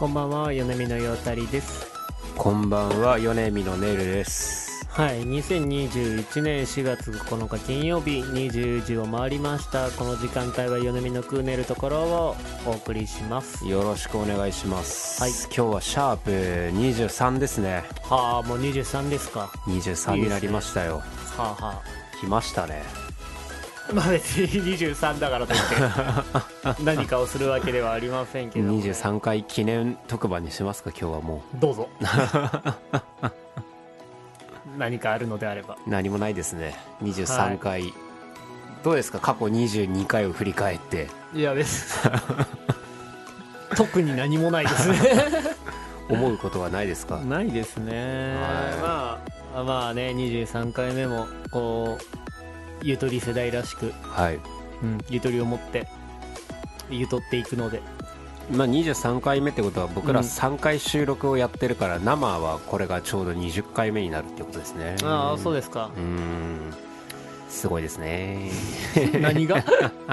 こんばんは、米見のようたりです。 こんばんは、米見のねるです。 はい、2021年4月9日金曜日20時を回りました。この時間帯は米見のクーネルところをお送りします。 よろしくお願いします。 はい、 今日はシャープ23ですね。 はあ、もう23ですか。 23になりましたよ。 はあはあ、 来ましたね。 まあ別に23だからといって何かをするわけではありませんけども、ね、 23回記念特番にしますか、今日はもう。どうぞ何かあるのであれば。 何もないですね。23回、はい、どうですか、過去22回を振り返って。 いや別特に何もないですね思うことはないですか。 ないですね、はい、まあね、23回目もこうゆとり世代らしく、 はい、 ゆとりを持ってゆとっていくので、 まあ、23回目ってことは僕ら3回収録をやってるから、生はこれがちょうど20回目になるってことですね。 ああ、そうですか。 すごいですね何が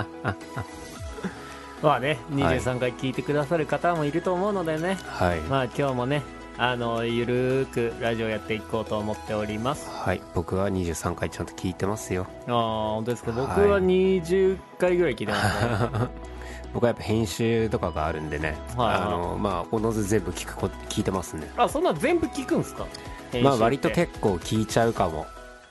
まあね、23回聞いてくださる方もいると思うのでね、はい、まあ今日もね、ゆるーくラジオやっていこうと思っております。 はい、僕は23回ちゃんと聞いてますよ。 ああ、本当ですか。僕は20回ぐらい聞いてますね僕はやっぱ編集とかがあるんでね、まあおのず全部聞いてますね。 あ、そんな全部聞くんですか。 まあ割と結構聞いちゃうかも。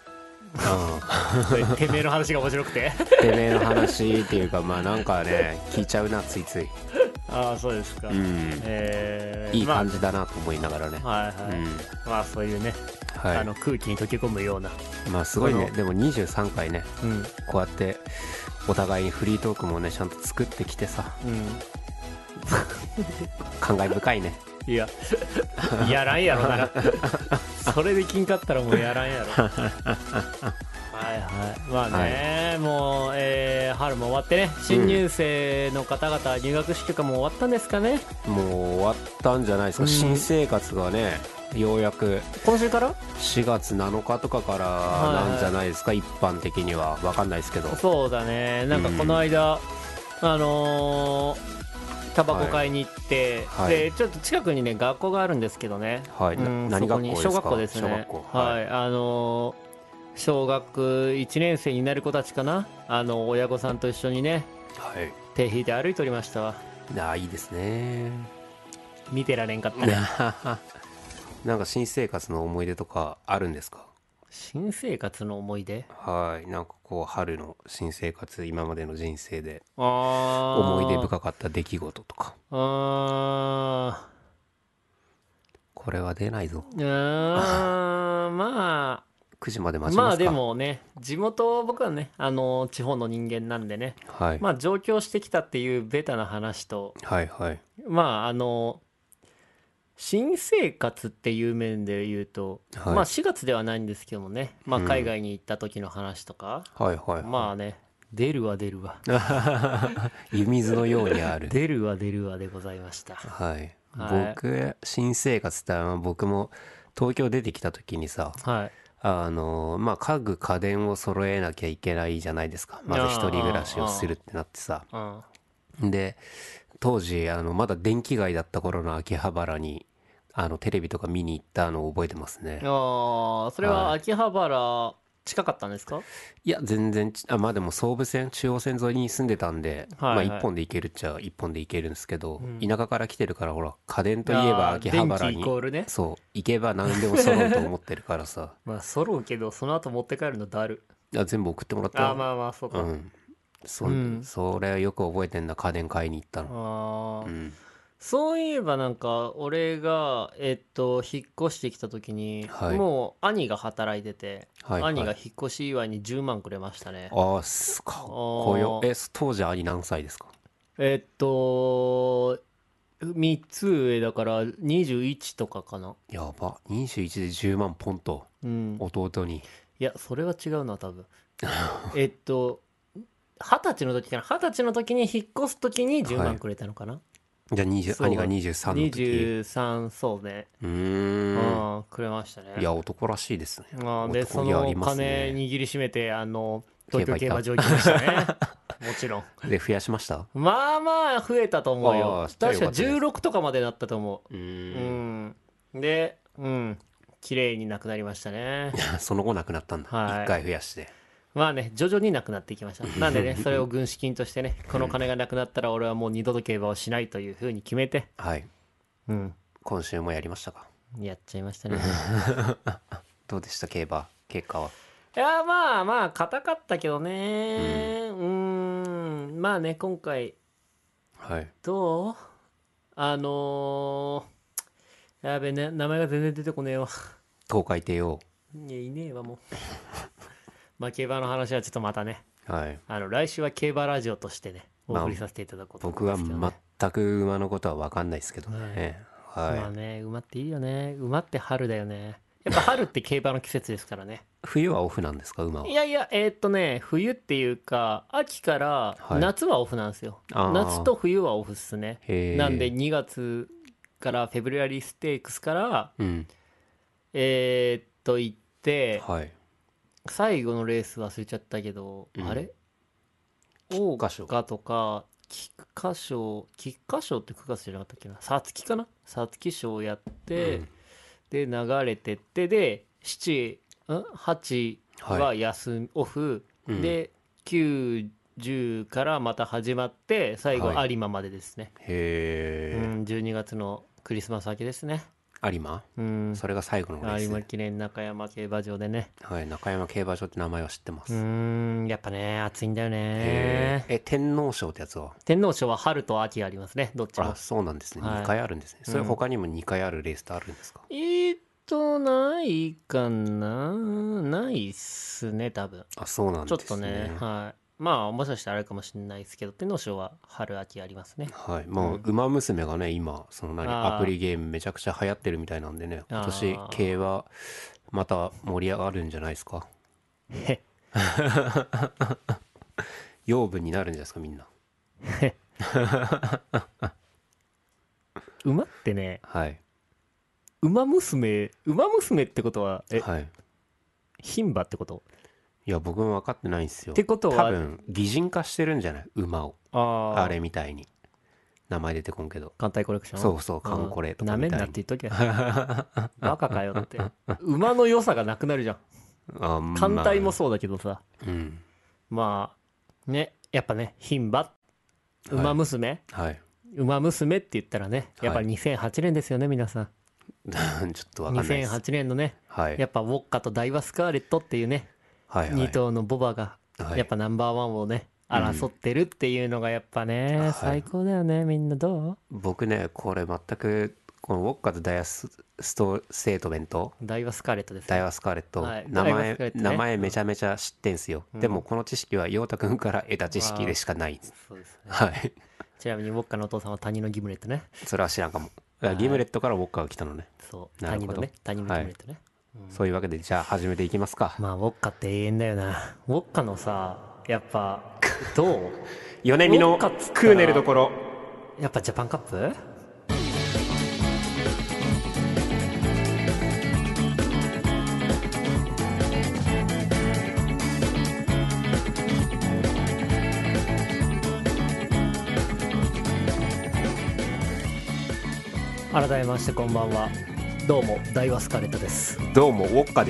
てめえの話が面白くててめえの話っていうか、まあなんかね、聞いちゃうな、ついつい。 ああ、そうですか。 いい感じだなと思いながらね、 はいはい、まあそういうね、はい、空気に溶け込むような、まあすごいね。でも23回ね、こうやってお互いにフリートークもねちゃんと作ってきてさ、感慨深いね。 いややらんやろなそれできんかったらもうやらんやろはいはい、まあね、はい、もう、春も終わってね、新入生の方々、入学式とかも終わったんですかね。 もう終わったんじゃないですか、新生活がね、ようやく今週から 4月7日とかからなんじゃないですか、一般的には分かんないですけど。 そうだね、なんかこの間、タバコ買いに行って、はい、でちょっと近くにね学校があるんですけどね、 はい、何学校ですか。 小学校ですね。はい、小学1年生になる子たちかな、親御さんと一緒にね、はい、手引いて歩いておりましたわ。 いいですね。 見てられんかったねなんか新生活の思い出とかあるんですか。 新生活の思い出。 はい、なんかこう春の新生活、今までの人生で思い出深かった出来事とか。これは出ないぞ。 まあ 9時まで待ちますか。 まあでもね、地元、僕はね、地方の人間なんでね、 はい、 まあ上京してきたっていうベタな話と、 はいはい、 まあ新生活っていう面で言うと、はい、まあ4月ではないんですけどもね、まあ海外に行った時の話とか、 はいはいはい、 まあね、出るわ湯水のようにある出るわでございました。 はい、僕新生活って僕も東京出てきた時にさ、はい、まあ家具家電を揃えなきゃいけないじゃないですか。まず一人暮らしをするってなってさ、で当時まだ電気街だった頃の秋葉原にテレビとか見に行ったのを覚えてますね。 それは秋葉原近かったんですか。 いや全然まあでも総武線中央線沿いに住んでたんで、はいはい、まあ一本で行けるっちゃ一本で行けるんですけど、田舎から来てるからほら家電といえば秋葉原に、 ね、 そう行けば何でも揃うと思ってるからさまあ揃うけどその後持って帰るのだる。 全部送ってもらったよ。 まあまあそうか、 それはよく覚えてんな、家電買いに行ったの。 そういえばなんか俺が引っ越してきた時に、はい、もう兄が働いてて、はいはい、兄が引っ越し祝いに10万くれましたね。 かっこよ。当時兄何歳ですか。 3つ上だから21とかかな。 やば、21で10万ポンと、弟に。 いやそれは違うな多分20歳の時かな、20歳の時に引っ越す時に10万くれたのかな、はい、 じゃあ兄が23の時。 23、そうね。くれましたね。 いや男らしいですね。 でその金握りしめて東京競馬場行きましたねもちろんで増やしました？ まあまあ増えたと思うよ。確か16とかまでだったと思う。で綺麗になくなりましたねその後なくなったんだ、1回増やして。 まあね、徐々になくなっていきました。なんでね、それを軍資金としてね、この金がなくなったら俺はもう二度と競馬をしないというふうに決めて、 はい。今週もやりましたか？ やっちゃいましたねどうでした競馬結果は？ いやまあまあ硬かったけどね、まあね今回、どうやべね、名前が全然出てこねえわ。 東海帝王。 いやいねえわもうまあ競馬の話はちょっとまたね、来週は競馬ラジオとしてねお送りさせていただこうと思いますけど、ね、 僕は全く馬のことは分かんないですけどね、 まあね、馬っていいよね。馬って春だよね。やっぱ春って競馬の季節ですからね冬はオフなんですか馬は？ いやいや冬っていうか秋から夏はオフなんですよ、夏と冬はオフっすね。なんで2月からフェブルアリーステークスから、行って、最後のレース忘れちゃったけど、あれ桜花とか菊花賞って9月じゃなかったっけな、皐月かな、皐月賞やって、で流れてってで8はオフ、で910からまた始まって最後有馬までですね。12月のクリスマス明けですね。 有馬、それが最後のレース。 有馬記念中山競馬場でね。 中山競馬場って名前は知ってます。 やっぱね暑いんだよね。 天皇賞ってやつは？ 天皇賞は春と秋ありますね、どっちも。 そうなんですね、2回あるんですね。それ他にも2回あるレースってあるんですか？ ないかな、ないっすね多分。 そうなんですね。 ちょっとね、まあもしかしたらあるかもしれないですけど、天皇賞は春秋ありますね。 もう馬娘がね今アプリゲームめちゃくちゃ流行ってるみたいなんでね、今年競馬また盛り上がるんじゃないですか養分になるんじゃないですかみんな馬ってね、馬娘ってことは牝馬ってこと？ いや僕も分かってないんですよ。 ってことは多分擬人化してるんじゃない馬を。あれみたいに名前出てこんけど、 艦隊コレクション。 そうカンコレとかみたいに。 なめんなって言っときゃバカかよって馬の良さがなくなるじゃん。艦隊もそうだけどさ、まあね、やっぱね牝馬馬娘、馬娘って言ったらねやっぱり2008年ですよね皆さんちょっと分かんないです。 2008年のね、やっぱウォッカとダイワスカーレットっていうね、2頭のボバがやっぱナンバーワンをね争ってるっていうのがやっぱね、最高だよね。みんなどう？ 僕ねこれ全くこのウォッカとダイワステートメント、 ダイワスカーレットですね。 ダイワスカーレット、名前めちゃめちゃ知ってんすよ、でもこの知識は陽太くんから得た知識でしかないんです。 そうですね。ちなみにウォッカのお父さんは谷のギムレットね。 それは知らんかも。ギムレットからウォッカが来たのね。 そう谷のね、谷のギムレットね。 そういうわけでじゃあ始めていきますか。 まあウォッカって永遠だよな。ウォッカのさやっぱどう米見のクーネルどころ、 やっぱジャパンカップ。改めましてこんばんは。どうもダイワスカレットです。 どうもウォッカです。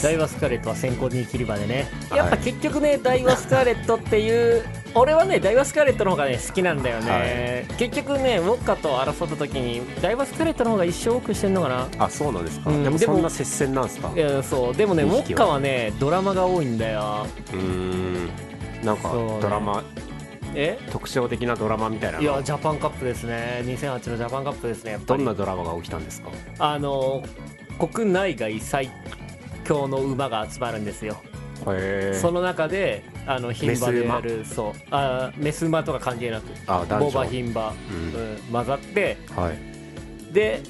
ダイワスカレットは先行に切り場でね、やっぱ結局ね、ダイワスカレットっていう俺はねダイワスカレットの方がね好きなんだよね、結局ねウォッカと争った時にダイワスカレットの方が一生多くしてんのかな。 あ、そうなんですか。でもそんな接戦なんですか。 いやそうでもねウォッカはねドラマが多いんだよ。 なんかドラマ、特徴的なドラマみたいな。 いやジャパンカップですね。2008のジャパンカップですね。やっぱりどんなドラマが起きたんですか。 国内外最強の馬が集まるんですよ。その中で牝馬でやるメス馬とか関係なくボバ牝馬、混ざって、で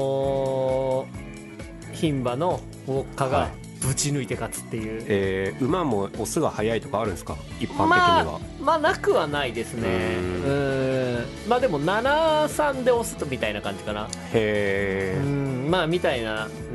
牝馬のウォッカがぶち抜いて勝つっていう、 馬もオスが速いとかあるんですか一般的には。 まあなくはないですね。まあでも7-3でオスとみたいな感じかな。まあみたいなね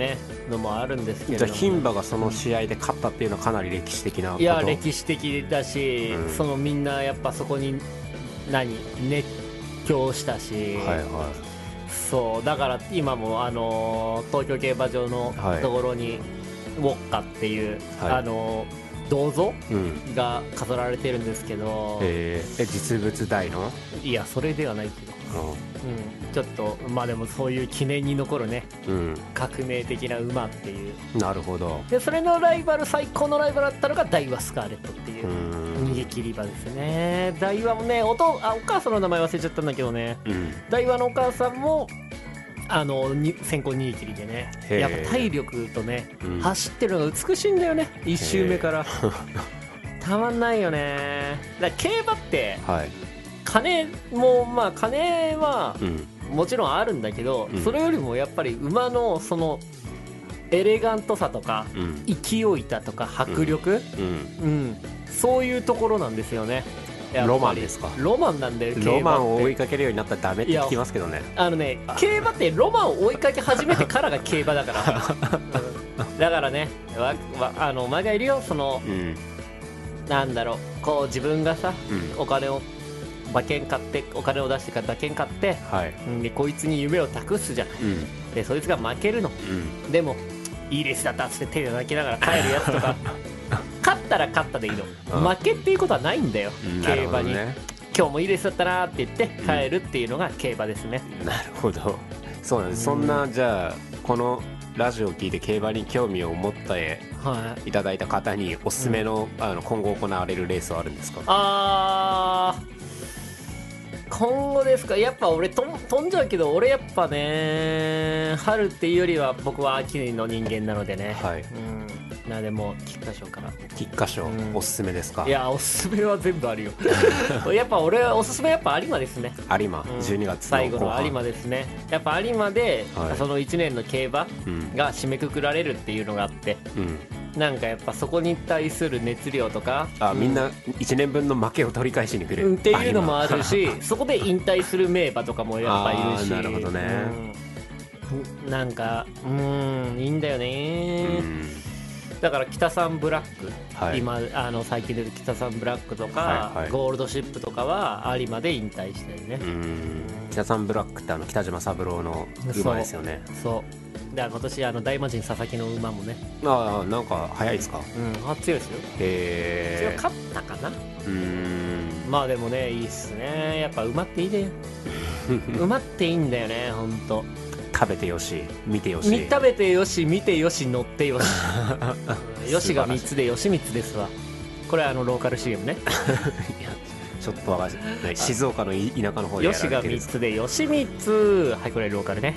のもあるんですけれじゃあども、 牝馬がその試合で勝ったっていうのはかなり歴史的なこと。 いや歴史的だし、そのみんなやっぱそこに熱狂したし、 はいはい、 そうだから今も東京競馬場のところにウォッカっていう、銅像が飾られてるんですけど、 実物大の？ いやそれではないけど、ちょっとまあでもそういう記念に残るね、革命的な馬っていう。 なるほど。 でそれのライバル、最高のライバルだったのがダイワスカーレットっていう逃げ切り馬ですね。ダイワもね、お母さんの名前忘れちゃったんだけどね、ダイワのお母さんも先行逃げ切りでね、やっぱ体力とね、走ってるのが美しいんだよね、1周目からたまんないよね。だから競馬って、金もまあ金はもちろんあるんだけど、それよりもやっぱり馬のそのエレガントさとか、勢いだとか迫力、そういうところなんですよね。 ロマンですか？ ロマンなんだよ。 ロマンを追いかけるようになったらダメって聞きますけどね。 競馬ってロマンを追いかけ始めてからが競馬だからだからね、お前がいるよ、その、なんだろう、こう自分がさ、お金を馬券買って、お金を出してから馬券買って、でこいつに夢を託すじゃない、でそいつが負けるの、でもいいレースだったっつって手で泣きながら帰るやつとか勝ったら勝ったでいいの、負けっていうことはないんだよ、競馬に、今日もいいレースだったなって言って帰るっていうのが競馬ですね。 なるほど、そうなんです。そんなじゃあこのラジオを聞いて競馬に興味を持っていただいた方におすすめの、今後行われるレースはあるんですか？ 今後ですか。やっぱ俺飛んじゃうけど、俺やっぱね、春っていうよりは僕は秋の人間なのでね、でも菊花賞から。 菊花賞、おすすめですか？ いやおすすめは全部あるよやっぱ俺はおすすめやっぱ有馬ですね。 有馬、12月の最後の有馬ですね。やっぱ有馬で、その1年の競馬が締めくくられるっていうのがあって、なんかやっぱそこに対する熱量とか、 みんな1年分の負けを取り返しに来る、 っていうのもあるしそこで引退する名馬とかもやっぱいるし、 なるほどね、 なんかいいんだよね。だから北サンブラック、今最近出てる北サンブラックとか、ゴールドシップとかは有馬で引退してるね。 北サンブラックって北島三郎の馬ですよね。 そうだから今年大魔神佐々木の馬もね、 なんか早いですか？ 強いですよ。強かったかな。まあでもね、いいっすね。やっぱ馬っていいね馬っていいんだよね、ほんと。 食べてよし、見てよし、 食べてよし、見てよし、乗ってよしよしが3つでよし3つですわ。これローカル CM ねいやちょっとわかんない、静岡の田舎の方でよしが3つでよし3つ、はい、これローカルね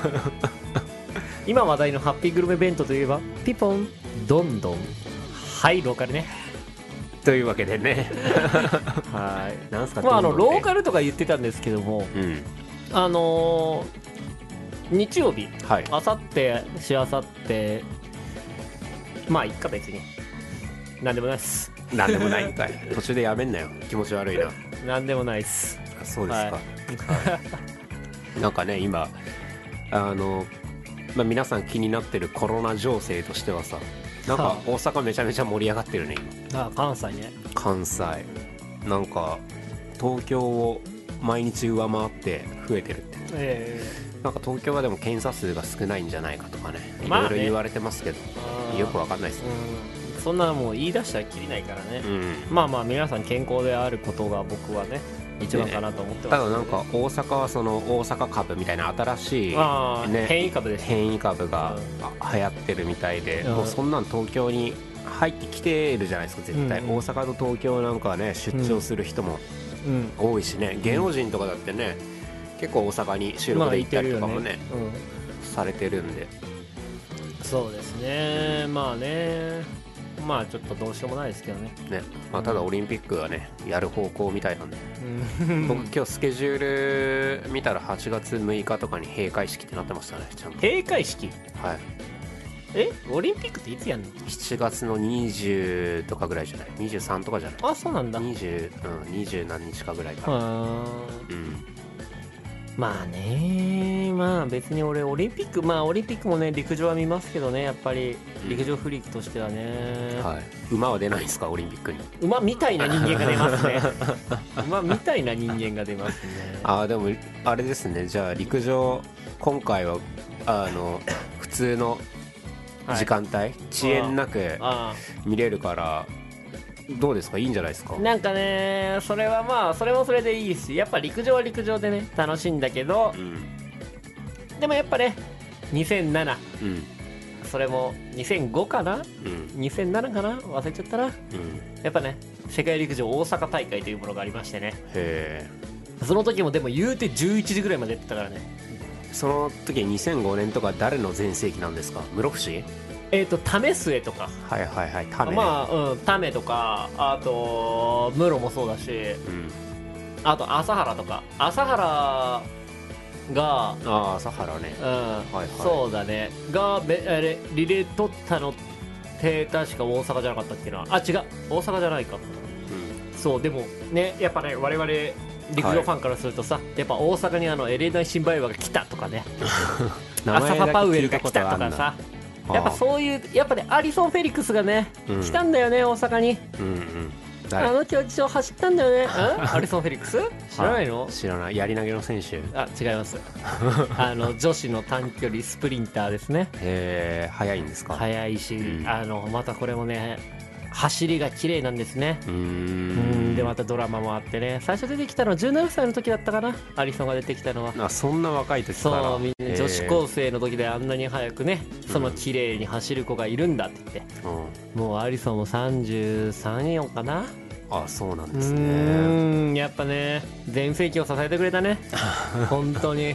今話題のハッピーグルメ弁当といえばピポンどんどん、はい、ローカルね。 というわけでねはい、なんすか、 ローカルとか言ってたんですけども、日曜日、あさってしあさって、まあいっか、別になんでもないっす。 なんでもないんかい途中でやめんなよ、気持ち悪いな。 なんでもないっす。 そうですか、なんかね、今皆さん気になってるコロナ情勢としてはさ、なんか大阪めちゃめちゃ盛り上がってるね今。 関西ね。 関西なんか東京を毎日上回って増えてるって、なんか東京はでも検査数が少ないんじゃないかとかね、いろいろ言われてますけど、よくわかんないですね。 そんなもう言い出したらきりないからね、まあ皆さん健康であることが僕はね一番かなと思ってます。 ただなんか大阪はその大阪株みたいな新しい、 変異株です。 変異株が流行ってるみたいで、もうそんなん東京に入ってきてるじゃないですか絶対、大阪と東京なんかはね出張する人も多いしね、芸能人とかだってね結構大阪に収録で行ったりとかもね、されてるんで。 そうですね、まあね、まあちょっとどうしようもないですけどね。 ただオリンピックはねやる方向みたいなんで、僕今日スケジュール見たら8月6日とかに閉会式ってなってましたね、ちゃんと。 閉会式？ はい。 オリンピックっていつやんの ？7月の20とかぐらいじゃない？ 23 とかじゃない？ あ、そうなんだ。 20何日かぐらいかな。 まあね、まあ別に俺オリンピックもね陸上は見ますけどね、やっぱり陸上フリークとしてはね、 はい、馬は出ないんですかオリンピックに。 馬みたいな人間が出ますね馬みたいな人間が出ますね。 ああ、でもあれですね、じゃあ陸上今回は普通の時間帯、はい、遅延なく見れるからどうですか、いいんじゃないですか。 なんかね、それはまあそれもそれでいいし、やっぱ陸上は陸上でね楽しいんだけど、でもやっぱね2007、それも2005かな、2007かな忘れちゃったな、やっぱね世界陸上大阪大会というものがありましてね。 へえ。その時もでも言うて11時ぐらいまでやってたからね。 その時2005年とか誰の全盛期なんですか。室伏、 為末とか、 はいはいはい、為ね、 まあ為とか、あと室もそうだし、あと朝原とか、朝原が朝原ね、 はいはい、そうだねがリレー取ったのって確か大阪じゃなかったっけな。あ、違う、大阪じゃないか、そうでもね、やっぱね我々陸上ファンからするとさ、やっぱ大阪にエレナイ・シンバエワが来たとかねアサパパウエルが来たとかさ、やっぱそういう、やっぱねアリソン・フェリックスがね、来たんだよね大阪に、競技場走ったんだよねアリソン・フェリックス知らないの。 知らない。やり投げの選手。 あ、違います女子の短距離スプリンターですね。 へえ、速いんですか。 速いし、またこれもね走りが綺麗なんですね。でまたドラマもあってね、最初出てきたのは17歳の時だったかな、アリソンが出てきたのは。 あ、そんな若い時から。 そう、みんな女子高生の時であんなに早くね、その綺麗に走る子がいるんだって言って、もうアリソンも33、4かな。 あ、そうなんですね。 やっぱね全盛期を支えてくれたね本当に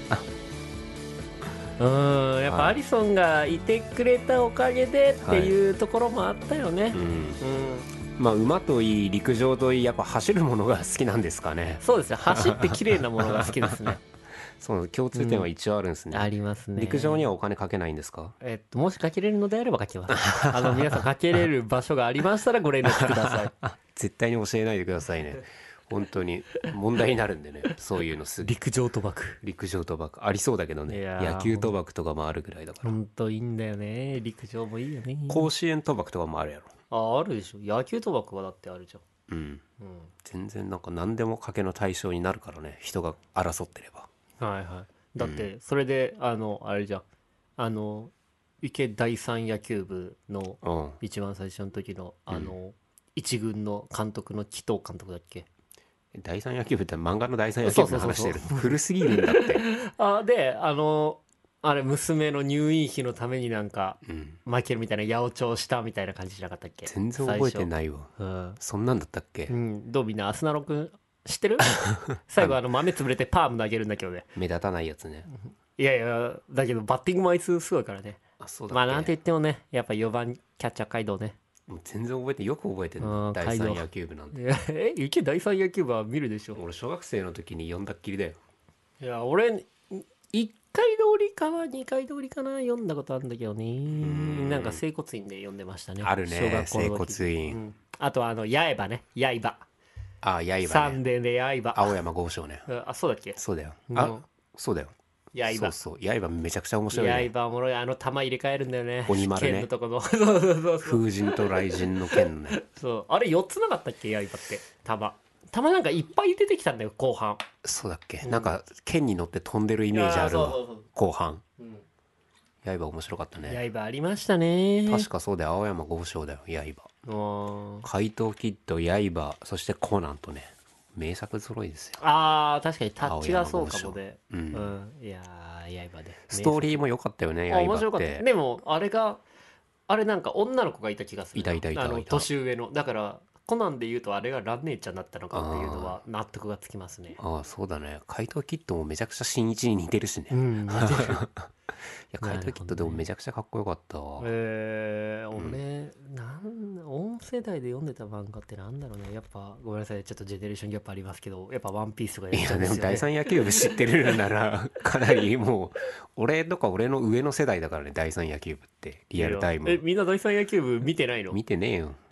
やっぱアリソンがいてくれたおかげでっていうところもあったよね。 まあ馬といい陸上といい、やっぱ走るものが好きなんですかね。 そうですね、走って綺麗なものが好きですねそう、共通点は一応あるんですね。 ありますね。 陸上にはお金かけないんですか。 もしかけれるのであればかけます皆さんかけれる場所がありましたらご連絡ください絶対に教えないでくださいね本当に問題になるんでねそういうのすぐ。 陸上賭博、 陸上賭博ありそうだけどね、野球賭博とかもあるぐらいだから。 本当いいんだよね、陸上もいいよね。 甲子園賭博とかもあるやろ。 あるでしょ、野球賭博はだってあるじゃん。全然なんか何でも賭けの対象になるからね、人が争ってれば。 はいはい。だってそれであれじゃん、池第三野球部の一番最初の時の一軍の監督の紀藤監督だっけ。 第三野球部って漫画の第三野球部の話してる。古すぎるんだってであれ娘の入院費のためになんか、マイケルみたいな八百長したみたいな感じじゃなかったっけ。 全然覚えてないわ、そんなんだったっけ。 どうみんなアスナロ君知ってる最後豆潰れてパーム投げるんだけどね。 目立たないやつね。 いやいや、だけどバッティングもあいつすごいからね。 あ、そうだっけ。 まあなんて言ってもね、やっぱ4番キャッチャー街道ね。 もう全然覚えて、よく覚えてるの第三野球部なんて。 池第三野球部は見るでしょ。 俺小学生の時に読んだっきりだよ。 いや俺1回通りかは2回通りかな読んだことあるんだけどね。なんか整骨院で読んでましたね。 あるね、整骨院、 あと刃ね、刃。 あ、刃ね。 サンデーで刃。 青山剛昌ね。 あ、そうだっけ。 そうだよ。あ、そうだよ。 刃。 そう、刃めちゃくちゃ面白いね。 刃おもろい。弾入れ替えるんだよね。 鬼丸ね。 剣のとこの風神と雷神の剣ね。 そう、あれ4つなかったっけ、刃って弾なんかいっぱい出てきたんだよ後半。 そうだっけ、なんか剣に乗って飛んでるイメージあるわ。後半、刃面白かったね。 刃ありましたね。 確かそうだよ、青山剛昌だよ刃。怪盗キッド、刃、そしてコナンとね、名作揃いですよ。 確かにタッチがそうかもね。いや刃でストーリーも良かったよね。刃って面白かった。でもあれなんか女の子がいた気がする。 いた年上の。だからコナンで言うとあれがラン姉ちゃんだったのかっていうのは納得がつきますね。 そうだね。怪盗キッドもめちゃくちゃ新一に似てるしね。 似てるいや、怪盗キッドでもめちゃくちゃかっこよかったわ。 俺音世代で読んでた漫画ってなんだろうね。やっぱごめんなさい、ちょっとジェネレーションギャップありますけど、やっぱワンピースとかやっちゃうんですよね。 いやでも第三野球部知ってるならかなりもう俺とか俺の上の世代だからね。第三野球部ってリアルタイム。 みんな第三野球部見てないの？ 見てねえよ。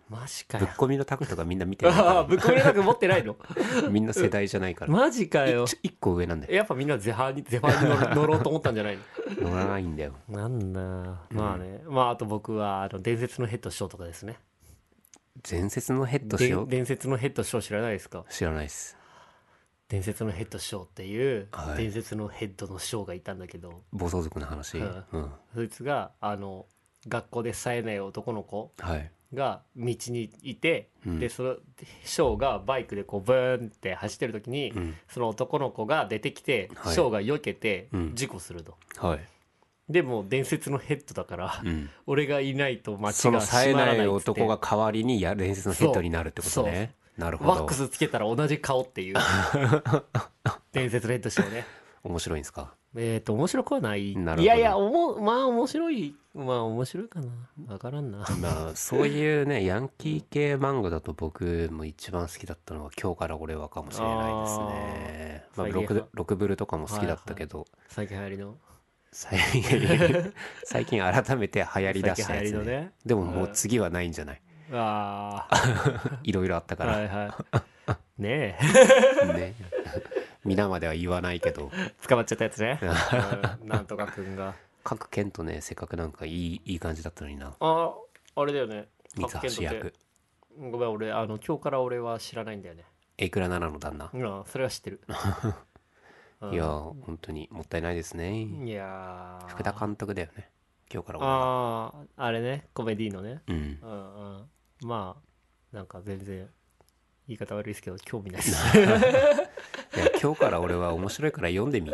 マジかよ。 ぶっ込みのタクとかみんな見てないかああ、ぶっ込みのタク持ってないの？ らみんな世代じゃないからマジかよ。 一個上なんだよ。 やっぱみんなゼファーに乗ろうと思ったんじゃないの？ 乗らないんだよ。 なんだ。まあね。まああと僕は伝説のヘッド師匠とかですね。 伝説のヘッド師匠？ 伝説のヘッド師匠知らないですか？ 知らないです。 伝説のヘッド師匠っていう、 はい伝説のヘッドの師匠がいたんだけど、 暴走族の話。うん。 そいつが学校で冴えない男の子はい。 が道にいて、 うんでそのショーがバイクでこうブーンって走ってる時に、 うん。 その男の子が出てきて、 はいショーが避けてうん事故すると、 はい。 でも伝説のヘッドだから、 うん。 俺がいないと街そのが冴えな閉まらないいっつって男が代わりに伝説のヘッドになるってことね。なるほどワック。スつけたら同じ顔っていう伝説のヘッド師匠ね。 面白いんですか？ 面白くはない。 なるほどいやいや、まあ面白い。まあ面白いかな。わからんな。 まあそういうねヤンキー系漫画だと僕も一番好きだったのは今日から俺はかもしれないですね。まあ最近ロクブルとかも好きだったけど、 最近流行りの。 最近改めて流行りだしたやつ最近流行りのね。 ね。 でももう次はないんじゃない？ ああ。 いろいろあったかはらいはい。ねね。皆までは言わないけど、 え。捕まっちゃったやつね。なんとかくんが。 各県とねせっかくなんかいい感じだったのにな。 あれだよね。 三橋役。 ごめん、俺、今日から俺は知らないんだよね。 エクラナナの旦那。 それは知ってる。 いや本当にもったいないですね。 いや福田監督だよね。今日から俺は。 あれね、コメディのね。 うんまあ、なんか全然、言い方悪いですけど、興味ないです。 いや今日から俺は面白いから読んでみ。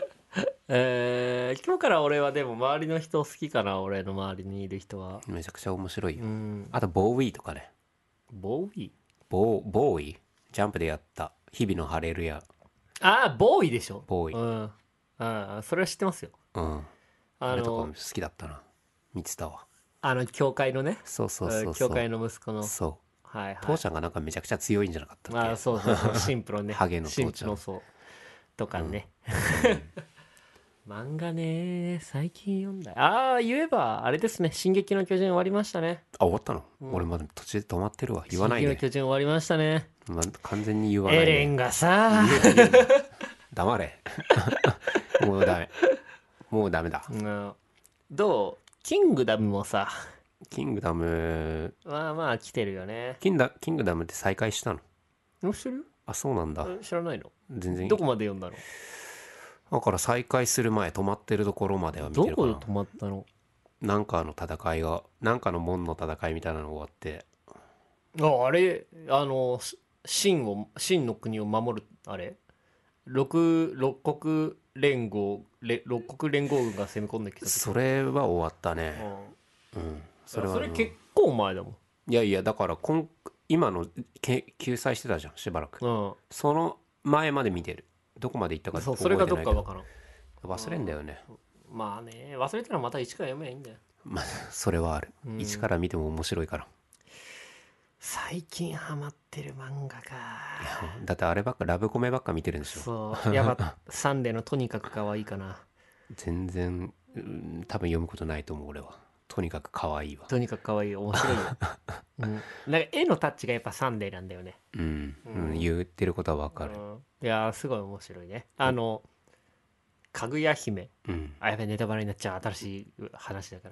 今日から俺はでも周りの人好きかな、俺の周りにいる人は。 めちゃくちゃ面白いよ。 うん。 あとボーイーとかね。 ボーイボーイジャンプでやった日々のハレルヤ。 ボーイでしょ。 ボーイ。 それは知ってますよ。 あれとかも好きだったな。見てたわ。 教会のね。 そう教会の息子の。 そう、 はいはい。 父ちゃんがなんかめちゃくちゃ強いんじゃなかったっけ？ そうシンプルね。 ハゲの父ちゃんシンプルのそうとかね。漫画ね、最近読んだ。言えばあれですね、進撃の巨人終わりましたね。 終わったの？俺まだ途中で止まってるわ。言わないで。 進撃の巨人終わりましたね。 完全に言わないで。 エレンがさ、 黙れ。もうダメだ。 どう？キングダムもさ、 キングダムまあ来てるよね。 キングダムって再開したの？ 知ってる？ そうなんだ。 知らないの？ 全然。 どこまで読んだの？ だから再開する前止まってるところまでは見てるかな。 どこで止まったの？ なんかの戦いが、なんかの門の戦いみたいなのが終わって。 あれ秦の国を守るあれ六国連合軍が攻め込んできた。 それは終わったね。 それ結構前だもん。 いやだから今の救済してたじゃんしばらく。その前まで見てる。どこまで行ったかそれがどっか分からん。 忘れんだよね。 まあね、忘れたらまた一から読めばいいんだよ。 まあそれはある。一から見ても面白いから。 最近ハマってる漫画か。 だってあればっかラブコメばっか見てるんでしょ。 そうやばサンデーのとにかく可愛いかな。 全然多分読むことないと思う俺は。とにかく可愛いわ。 とにかく可愛い、面白いよ。なんか絵のタッチがやっぱサンデーなんだよね。 言ってることはわかる。 いやすごい面白いね。かぐや姫。やべネタバレになっちゃう。新しい話だから。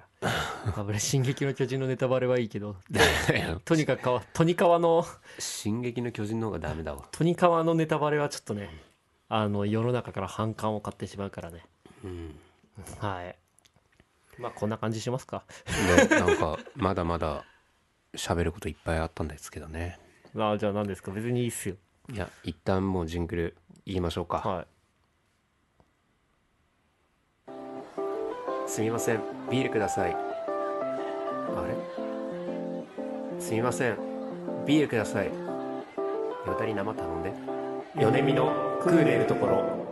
進撃の巨人のネタバレはいいけど、とにかくトニカワの進撃の巨人の方がダメだわ。 トニカワのネタバレはちょっとね、世の中から反感を買ってしまうからね。はい。まあこんな感じしますか。 なんかまだまだ喋ることいっぱいあったんですけどね。 じゃあ何ですか？別にいいっすよ。 いや一旦もうジングル言いましょうか。 はい。 すみません、ビールください。あれ？すみません、ビールください。よだり生頼んで。米見のクーレるところ。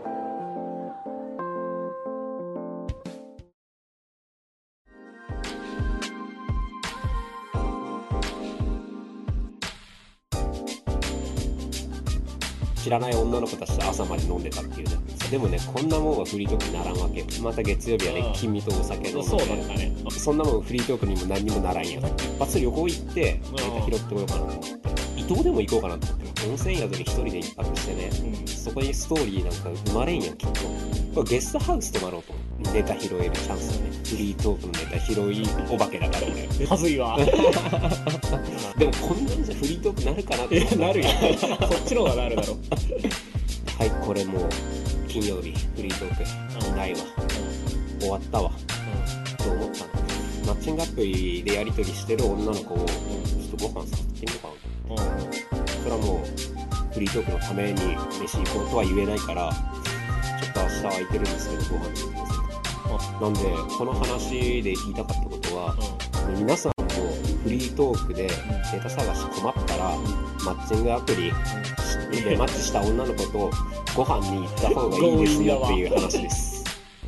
らない女の子たちと朝まで飲んでたっていうね。でもね、こんなもんはフリートークにならんわけよ。また月曜日はね、君とお酒飲んで、 そうだったね。 そんなもんフリートークにも何にもならんやん。一発旅行行ってネタ拾ってこようかなと思って、伊東でも行こうかなと思って、温泉宿に一人で一泊してね、そこにストーリーなんか生まれんやん、きっと。これゲストハウス泊まろうと思って、ネタ拾えるチャンスをね、フリートークのネタ拾いお化けだから俺。 はずいわ。 でもこんなんじゃフリートークなるかなってなるよ。そっちの方がなるだろ。 はい、これもう金曜日フリートークないわ、終わったわ、と思ったの。マッチングアプリでやり取りしてる女の子をちょっとご飯誘ってみようかな。それはもうフリートークのために飯行こうとは言えないから、ちょっと明日空いてるんですけどご飯に行きませんか。なんでこの話で言いたかったことは、皆さんもフリートークでネタ探し困ったら、マッチングアプリでマッチした女の子とご飯に行った方がいいですよっていう話です。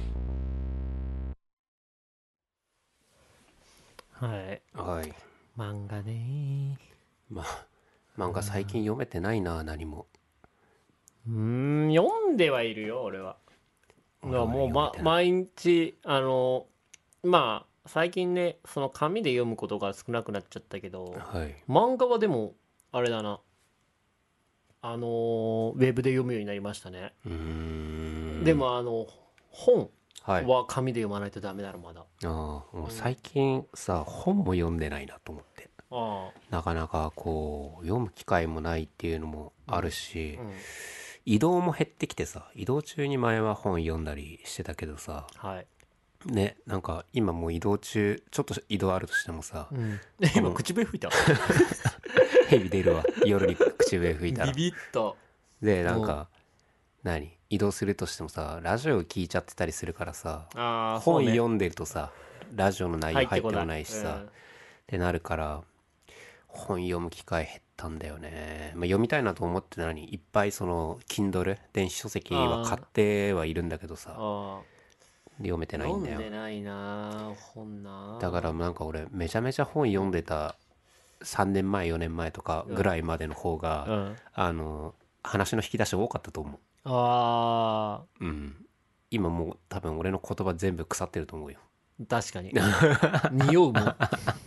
はいはい。 漫画ね。 漫画最近読めてないな、何も。 読んではいるよ俺は。もう、毎日まあ最近ね、その紙で読むことが少なくなっちゃったけど、 はい、 漫画はでもあれだな、ウェブで読むようになりましたね。でも本は紙で読まないとダメだろまだ。 もう最近さ、本も読んでないなと思って。なかなかこう読む機会もないっていうのもあるし、移動も減ってきてさ、移動中に前は本読んだりしてたけどさ、ね、なんか今もう移動中ちょっと移動あるとしてもさ、 今口笛吹いた。 ヘビ出るわ、夜に口笛吹いたら。 ビビッと。 でなんか移動するとしてもさ、ラジオ聞いちゃってたりするからさ、本読んでるとさ、ラジオの内容入ってこないしさ、ってなるから本読む機会減ったんだよね。読みたいなと思っていっぱいその Kindle 電子書籍は買ってはいるんだけどさ、読めてないんだよ。 読んでないな本な。 だからなんか俺めちゃめちゃ本読んでた3年前4年前とかぐらいまでの方が、話の引き出し多かったと思う。今もう多分俺の言葉全部腐ってると思うよ。 確かに。匂うもん。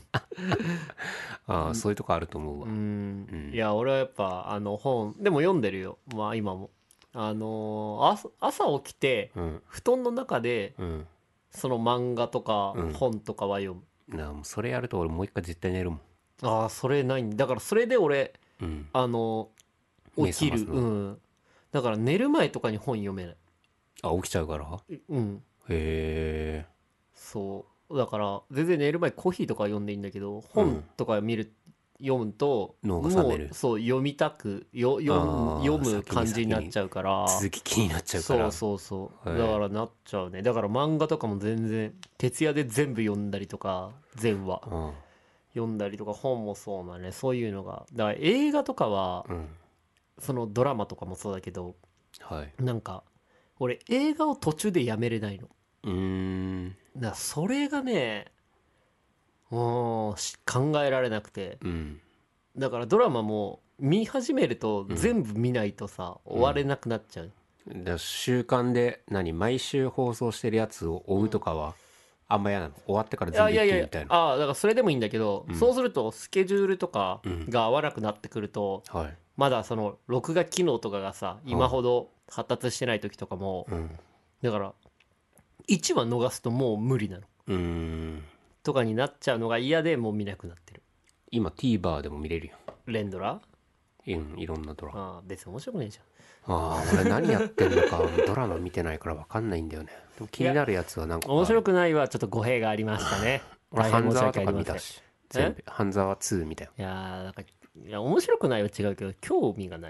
そういうとこあると思うわ。 いや俺はやっぱ本でも読んでるよ。まあ今も朝起きて、布団の中で、その漫画とか本とかは読む。 もうそれやると俺もう一回絶対寝るもん。 それないんだから、それで俺、起きる。だから寝る前とかに本読めない。 起きちゃうから。へえ。 そうだから全然寝る前コーヒーとか読んでいいんだけど、本とか読むと脳が覚める。 そう読みたく読む感じになっちゃうから、 続き気になっちゃうから。 そうだからなっちゃうね。だから漫画とかも全然徹夜で全部読んだりとか、全話読んだりとか、本もそうだね。そういうのがだから、映画とかは、そのドラマとかもそうだけど、なんか俺映画を途中でやめれないの。だからそれがね、考えられなくて、だからドラマも見始めると全部見ないとさ、終われなくなっちゃう。 だ習慣で毎週放送してるやつを追うとかはあんま嫌なの？終わってから全部一気にみたいな。 だからそれでもいいんだけど、そうするとスケジュールとかが合わなくなってくると、まだその録画機能とかがさ今ほど発達してない時とかも、だから1話逃すともう無理なのとかになっちゃうのが嫌で、もう見なくなってる。 今 TVer でも見れるよ。 連ドラ？ いろんなドラ。 別に面白くないじゃん。俺何やってんのかドラマ見てないから分かんないんだよね。でも気になるやつはなんか面白くないはちょっと語弊がありましたね。 俺半沢とか見たし、全部半沢2見たよ。 いや面白くないは違うけど興味がない。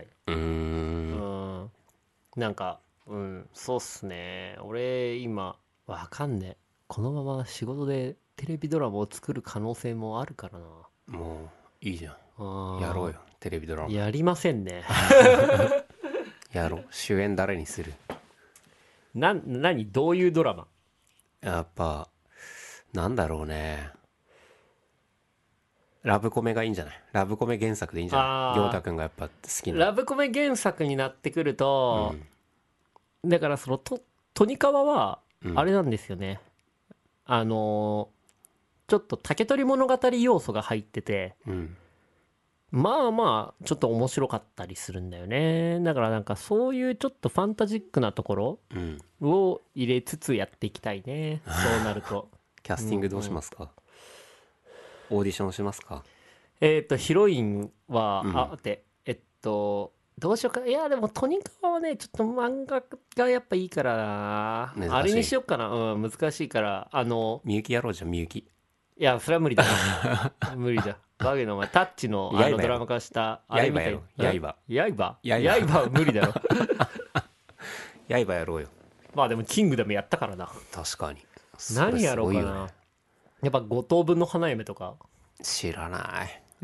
なんかそうっすね。俺今わかんねえ。このまま仕事でテレビドラマを作る可能性もあるからな。 もういいじゃん。やろうよテレビドラマ。 やりませんね。 やろう。主演誰にする？ 何どういうドラマ？ やっぱなんだろうね。 ラブコメがいいんじゃない？ラブコメ原作でいいんじゃない？陽太くんがやっぱ好きな。 ラブコメ原作になってくると、だからそのトニカワはあれなんですよね、ちょっと竹取物語要素が入ってて、まあまあちょっと面白かったりするんだよね。だからなんかそういうちょっとファンタジックなところを入れつつやっていきたいね、そうなると。 キャスティングどうしますか？オーディションしますか？ ヒロインは、どうしようか。いやでもトニカワはねちょっと漫画がやっぱいいからな、あれにしよっかな。難しいから。 みゆきやろうじゃん、みゆき。 いやそれは無理だな無理だ。バゲのお前タッチのドラマ化したあれみたいな。刃は無理だろ刃やろうよ。 まあでもキングダムやったからな。 確かに。 何やろうかな。やっぱ五等分の花嫁とか。 知らない。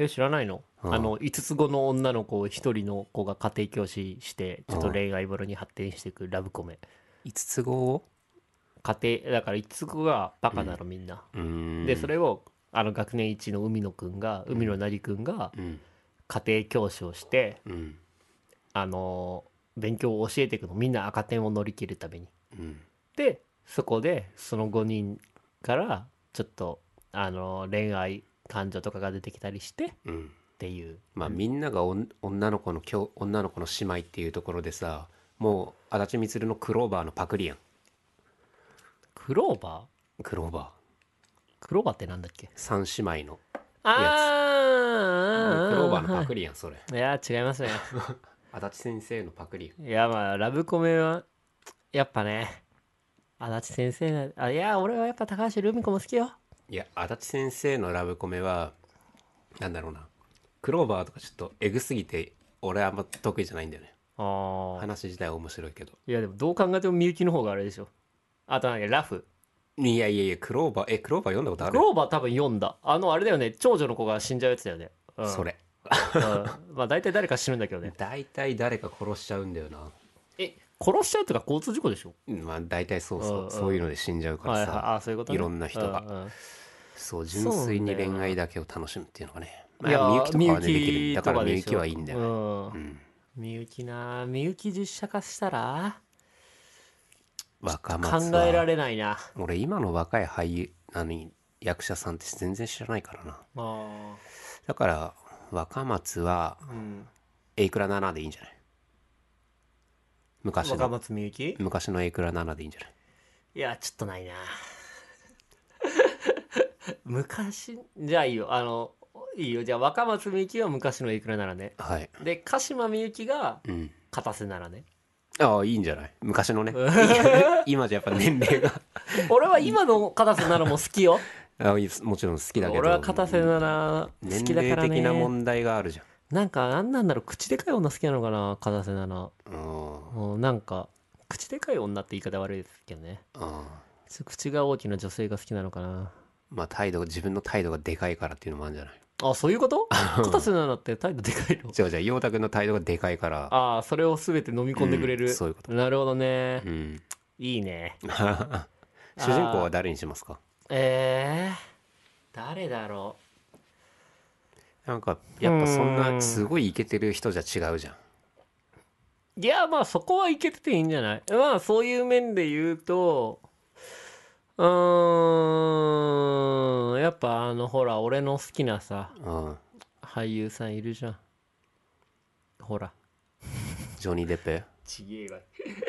知らないの？5つ子の女の子を1人の子が家庭教師してちょっと恋愛ものに発展していくラブコメ。 5つ子を家庭だから5つ子がバカなのみんな、でそれを学年一の海野くんが海野成くんが家庭教師をして、勉強を教えていくの、みんな赤点を乗り切るために、でそこでその5人からちょっと恋愛感情とかが出てきたりして、っていう。 まあみんなが女の子の姉妹っていうところでさ、もう足立満のクローバーのパクリやん。 クローバークローバってなんだっけ？ 三姉妹のああクローバーのパクリやんそれ。 いや違いますね足立先生のパクリ。 いやまあラブコメはやっぱね足立先生いや俺はやっぱ高橋留美子も好きよ。 いや足立先生のラブコメはなんだろうな、クローバーとかちょっとエグすぎて俺はあんま得意じゃないんだよね。話自体は面白いけど。 いやでもどう考えてもみゆきの方があれでしょ。あとなんかラフ。 いやクローバー読んだことある？ クローバー多分読んだ。あれだよね、長女の子が死んじゃうやつだよね、 それまあ大体誰か死ぬんだけどね。 大体誰か殺しちゃうんだよな。 殺しちゃうとか交通事故でしょ。 まあ大体そういうので死んじゃうからさ、 そういうことね、 いろんな人が、そう純粋に恋愛だけを楽しむっていうのがね。 いやみゆきとかはねできる。だからみゆきはいいんだよね。 みゆき実写化したら若松は考えられないな。 俺今の若い俳優役者さんって全然知らないからな。だから若松は榮倉奈々でいいんじゃない？ 若松みゆき昔の榮倉奈々でいいんじゃない？ いやちょっとないな昔じゃあいいよ、いいよ。じゃあ若松みゆきは昔の榮倉奈々ね。 はい。 で鹿島みゆきが片瀬奈々ね。 ああいいんじゃない？昔のね今じゃやっぱ年齢が俺は今の片瀬奈々も好きよもちろん好きだけど俺は片瀬奈々好きだからね。 年齢的な問題があるじゃん。 なんかなんだろう、口でかい女好きなのかな片瀬奈々。なんか口でかい女って言い方悪いですけどね。口が大きな女性が好きなのかな。 まあ自分の態度がでかいからっていうのもあるんじゃない？ そういうこと片瀬奈々って態度でかいの？ じゃあ陽太くんの態度がでかいから。 それを全て飲み込んでくれる、 そういうこと。 なるほどね、いいね主人公は誰にしますか？ 誰だろう。なんかやっぱそんなすごいイケてる人じゃ違うじゃん。 いやまあそこはいけてていいんじゃない？まあそういう面で言うとやっぱほら俺の好きなさ、俳優さんいるじゃん。ほらジョニー・デップ。 ちげえわ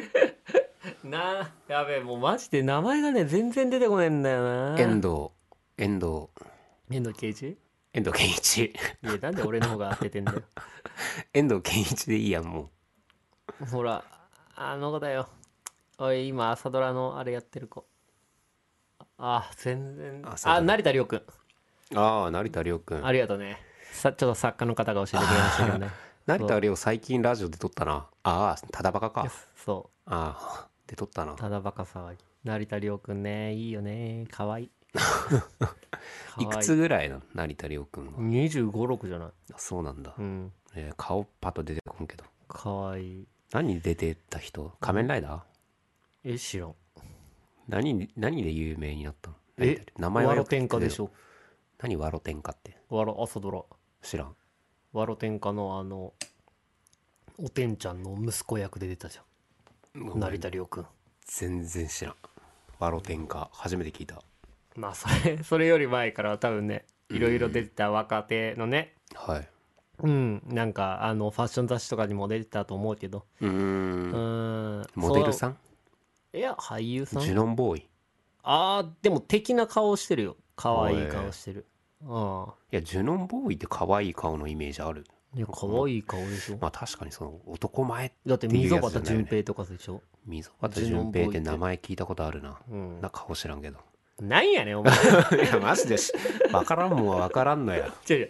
やべえもうマジで名前がね全然出てこないんだよな。 遠藤圭一。 遠藤健一いやなんで俺の方が当ててんだよ遠藤健一でいいやんもう。ほら子だよ。おい今朝ドラのあれやってる子。全然成田凌くん。 成田凌くんありがとうね。ちょっと作家の方が教えてくれましたけどね成田凌最近ラジオで撮ったな。ただバカか。 そうで撮ったな。 ただバカ騒ぎ。成田凌くんねいいよね、かわいいいくつぐらいなの成田凌くんは ？25、6じゃない？ そうなんだ。顔パッと出てこんけど。 かわいい。 何出てた人？仮面ライダー？知らん。 何で有名になったの？名前はわら天下でしょ。 何ワロ天下って。 朝ドラ知らん。 ワロ天下のおてんちゃんの息子役で出たじゃん、成田凌くん。 全然知らん。ワロ天下初めて聞いた。 まあそれより前から多分ね、いろいろ出てた若手のね、 はい。 なんかファッション雑誌とかにも出てたと思うけど、 モデルさん？ いや俳優さん。 ジュノンボーイ。 でも的な顔してるよ。可愛い顔してる。 いやジュノンボーイって可愛い顔のイメージある。 いや可愛い顔でしょ。 まあ確かにその男前っていうだって溝端淳平とかでしょ。 溝端淳平って名前聞いたことあるな。な顔知らんけど。 なんやねんお前。 いやマジで分からんもんは分からんのや。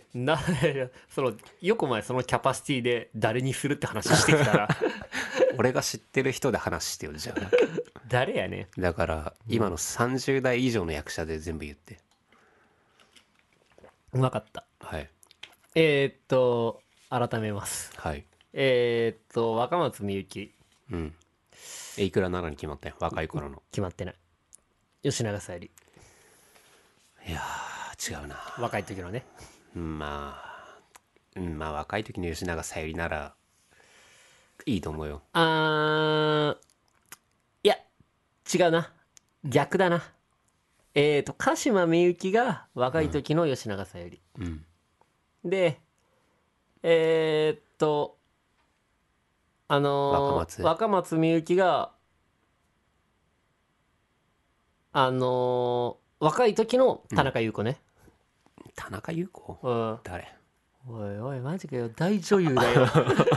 よくお前そのキャパシティで誰にするって話してきたら俺が知ってる人で話してよじゃあ。 誰やねん。だから今の30代以上の役者で全部言って。 うまかった。 はい。 改めます。 はい。 若松みゆき。 いくらならに決まったよ、若い頃の。 決まってない。吉永小百合。 いやー違うな。 若い時のね。 まあ若い時の吉永小百合ならいいと思うよ。 いや違うな。逆だな。鹿島みゆきが若い時の吉永小百合。で若松みゆきが若い時の田中優子ね。 田中優子？誰？ おいおいマジかよ、大女優だよ。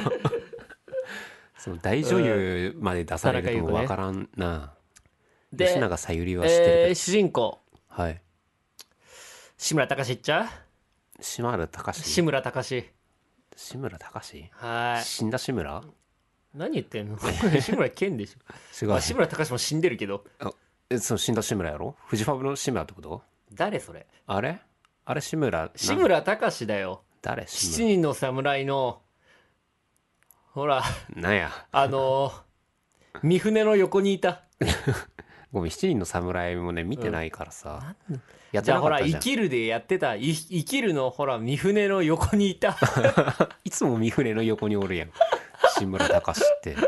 その大女優まで出されるとも分からんな。吉永小百合は知ってるけど。 主人公。 はい。 志村隆っちゃう？ 志村隆。 志村隆。 志村隆？ はい。 死んだ志村？ 何言ってんの？志村けんでしょ。違う。志村隆も死んでるけど。 その死んだ志村やろ？フジファブの志村ってこと？ 誰それ？ あれ志村隆だよ。 誰？ 7人の侍のほらなんや三船の横にいた。 ごめん、7人の侍もね見てないからさ、 やってなかったじゃん。じゃあほら生きるでやってた生きるのほら三船の横にいた。 いつも三船の横におるやん志村隆って。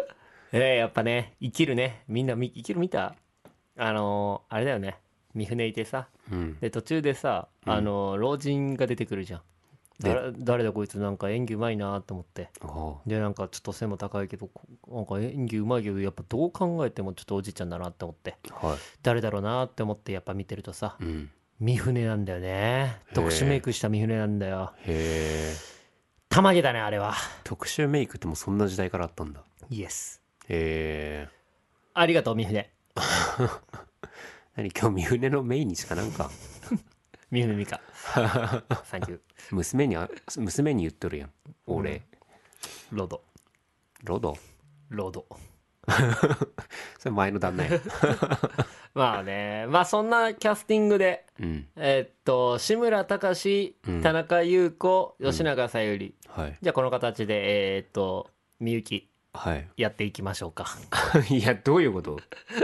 やっぱね生きるね、みんな生きる見た？あれだよね、三船いてさ、で途中でさ老人が出てくるじゃん。誰だこいつ、なんか演技うまいなと思って、でなんかちょっと背も高いけどなんか演技うまいけどやっぱどう考えてもちょっとおじいちゃんだなって思って、誰だろうなって思ってやっぱ見てるとさ、三船なんだよね。特殊メイクした三船なんだよ。へえ。たまげだねあれは。 特殊メイクってもうそんな時代からあったんだ。 イエス。 へえ。 ありがとう三船。 何今日三船のメインにしかなんか。 三船美香。サンキュー。 娘に言っとるやん俺。 ロド。 それ前の旦那や。 まあね、まあそんなキャスティングで、志村隆、田中優子、吉永小百合、じゃあこの形でみゆきやっていきましょうか。 いやどういうこと？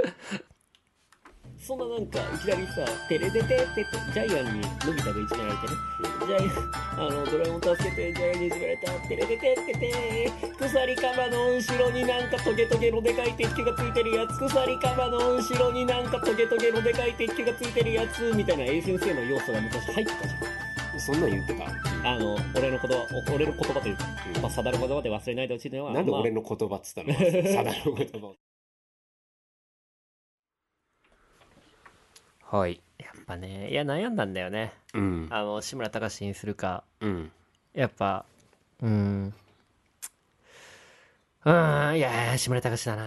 そんななんかいきなりさ、テレデテってジャイアンにのび太がいじめられてね、ジャイアンドラえもん助けて、ジャイアンにいじめられた、テレデテってて鎖カバの後ろになんかトゲトゲのでかい鉄球がついてるやつ、鎖カバの後ろになんかトゲトゲのでかい鉄球がついてるやつみたいな A 先生の要素が昔入ってたじゃん。 そんなん言ってた？ 俺の言葉というか、まあ、定の言葉で忘れないでほしいのは、 なんで俺の言葉っつったの？定の言葉。はい。 やっぱね、いや悩んだんだよね。志村隆にするか。やっぱいや志村隆だな。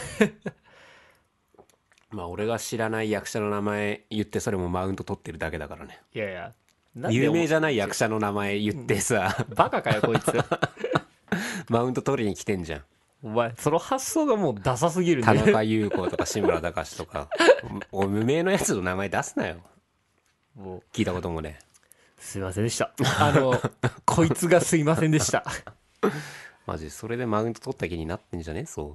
まあ俺が知らない役者の名前言ってそれもマウント取ってるだけだからね。 いやいや有名じゃない役者の名前言ってさ、 バカかよこいつ。 マウント取りに来てんじゃん。 お前その発想がもうダサすぎるね。 田中優子とか志村隆とか無名のやつの名前出すなよ。もう聞いたこともね。 すいませんでした。こいつがすいませんでした。 マジそれでマウント取った気になってんじゃね？そう。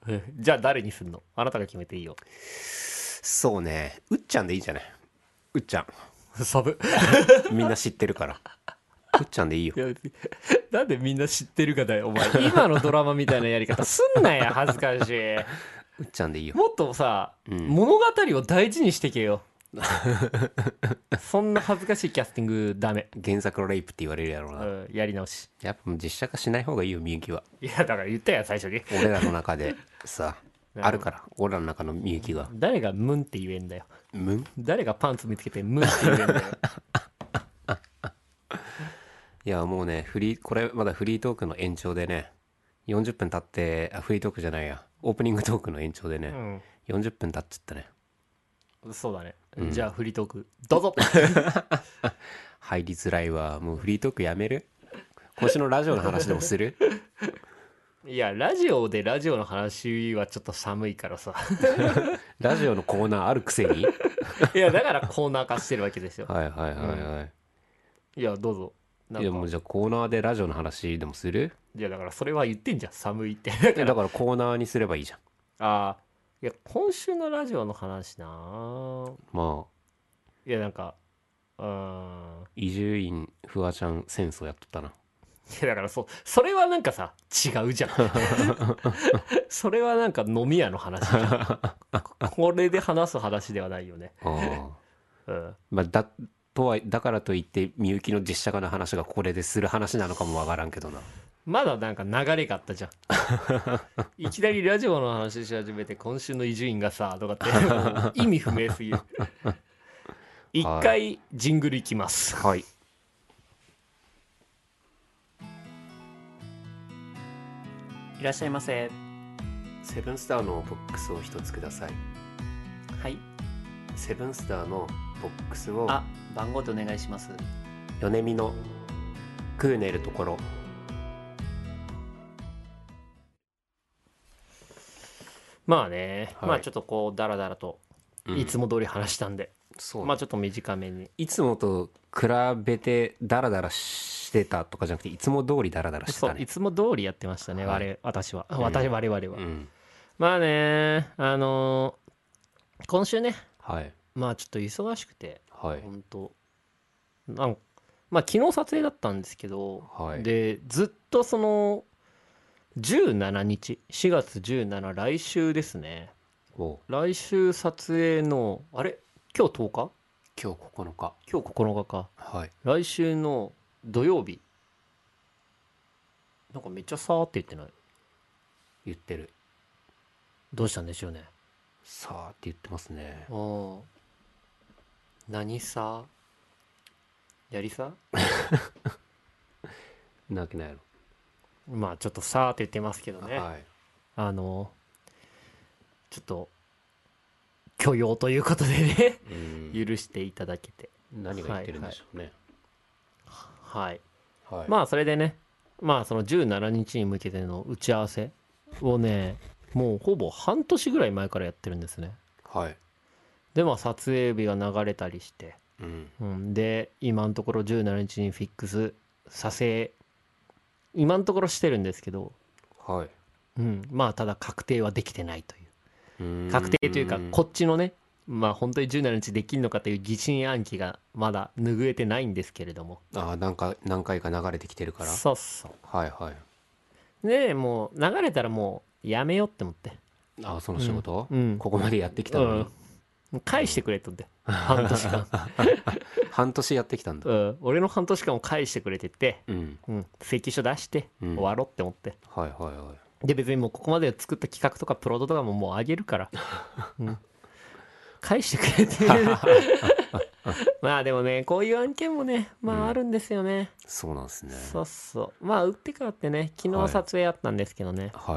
じゃあ誰にすんの？あなたが決めていいよ。 そうね、うっちゃんでいいじゃない。うっちゃん。 サブみんな知ってるからうっちゃんでいいよ。 いやなんでみんな知ってるかだよお前。今のドラマみたいなやり方すんなや、恥ずかしい。 うっちゃんでいいよ。 もっとさ、 うん物語を大事にしてけよ。そんな恥ずかしいキャスティングダメ。 原作のレイプって言われるやろうな。 やり直し。 やっぱもう実写化しない方がいいよ、みゆきは。 いやだから言ったや最初に。 俺らの中でさあるから、俺らの中のみゆきが。 誰がムンって言えんだよ。 ムン？ 誰がパンツ見つけてムンって言えんだよ。 いやもうね、これまだフリートークの延長でね、40分経って、フリートークじゃないや、オープニングトークの延長でね、40分経っちゃったね。 そうだね、じゃあフリートークどうぞ。 入りづらいわ。もうフリートークやめる？今週のラジオの話でもする？ いやラジオでラジオの話はちょっと寒いからさ。 ラジオのコーナーあるくせに。 いやだからコーナー化してるわけですよ。 はいはいはいはい、 いやどうぞ。 いやもうじゃあコーナーでラジオの話でもする？ いやだからそれは言ってんじゃん、寒いって。 だからコーナーにすればいいじゃん。 ああ、いや今週のラジオの話な。 まあいやなんか伊集院フワちゃん戦争やっとったな。 いやだからそれはなんかさ違うじゃん。それはなんか飲み屋の話じゃん。これで話す話ではないよね。 まあだからといってみゆきの実写化の話がこれでする話なのかもわからんけどな。 まだなんか流れがあったじゃん。いきなりラジオの話し始めて今週の伊集院がさとかって意味不明すぎる。一回ジングルいきます。 はい。 いらっしゃいませ。 セブンスターのボックスを一つください。 はい。 セブンスターのボックスを。 番号でお願いします。 米見のクーネルところ。 まあね、 はい、 まあちょっとこうダラダラといつも通り話したんで、まあちょっと短めに。 いつもと比べてダラダラしてたとかじゃなくて、いつも通りダラダラしてたね。 そういつも通りやってましたね、 はい、 私は我々は、まあね今週ね、 はい、 まあちょっと忙しくて、 はい、 本当まあ昨日撮影だったんですけど、 はい、 でずっとその17日4月17来週ですね。来週撮影の今日10日？ 今日9日。 今日9日か。 はい。 来週の土曜日。なんかめっちゃさーって言ってない？ 言ってる。 どうしたんでしょうね。 さーって言ってますね。 何さ？やりさ？ なわけないやろ。 まあちょっとさーって言ってますけどね。 はい。 ちょっと許容ということでね、許していただけて。 何が言ってるんでしょうね。 はい。まあそれでね、まあその17日に向けての打ち合わせをね、もうほぼ半年ぐらい前からやってるんですね。 はい。 でまあ撮影日が流れたりして、で今のところ17日にフィックスさせ今のところしてるんですけど、 はい。 まあただ確定はできてないという。確定というかこっちのね、まあ本当に17日できるのかという疑心暗鬼がまだ拭えてないんですけれども。 何回か流れてきてるから。 そうそう。 はいはい。 でもう流れたらもうやめようって思って。 その仕事、ここまでやってきたのに、返してくれとって半年間。 半年やってきたんだ。 俺の半年間を返してくれてて、請求書出して終わろうって思って。 はいはいはい。 で別にもうここまで作った企画とかプロトとかももうあげるから、返してくれて。まあでもねこういう案件もねまああるんですよね。 そうなんですね。 そうそう。まあ打ってからってね昨日撮影あったんですけどね、 はい、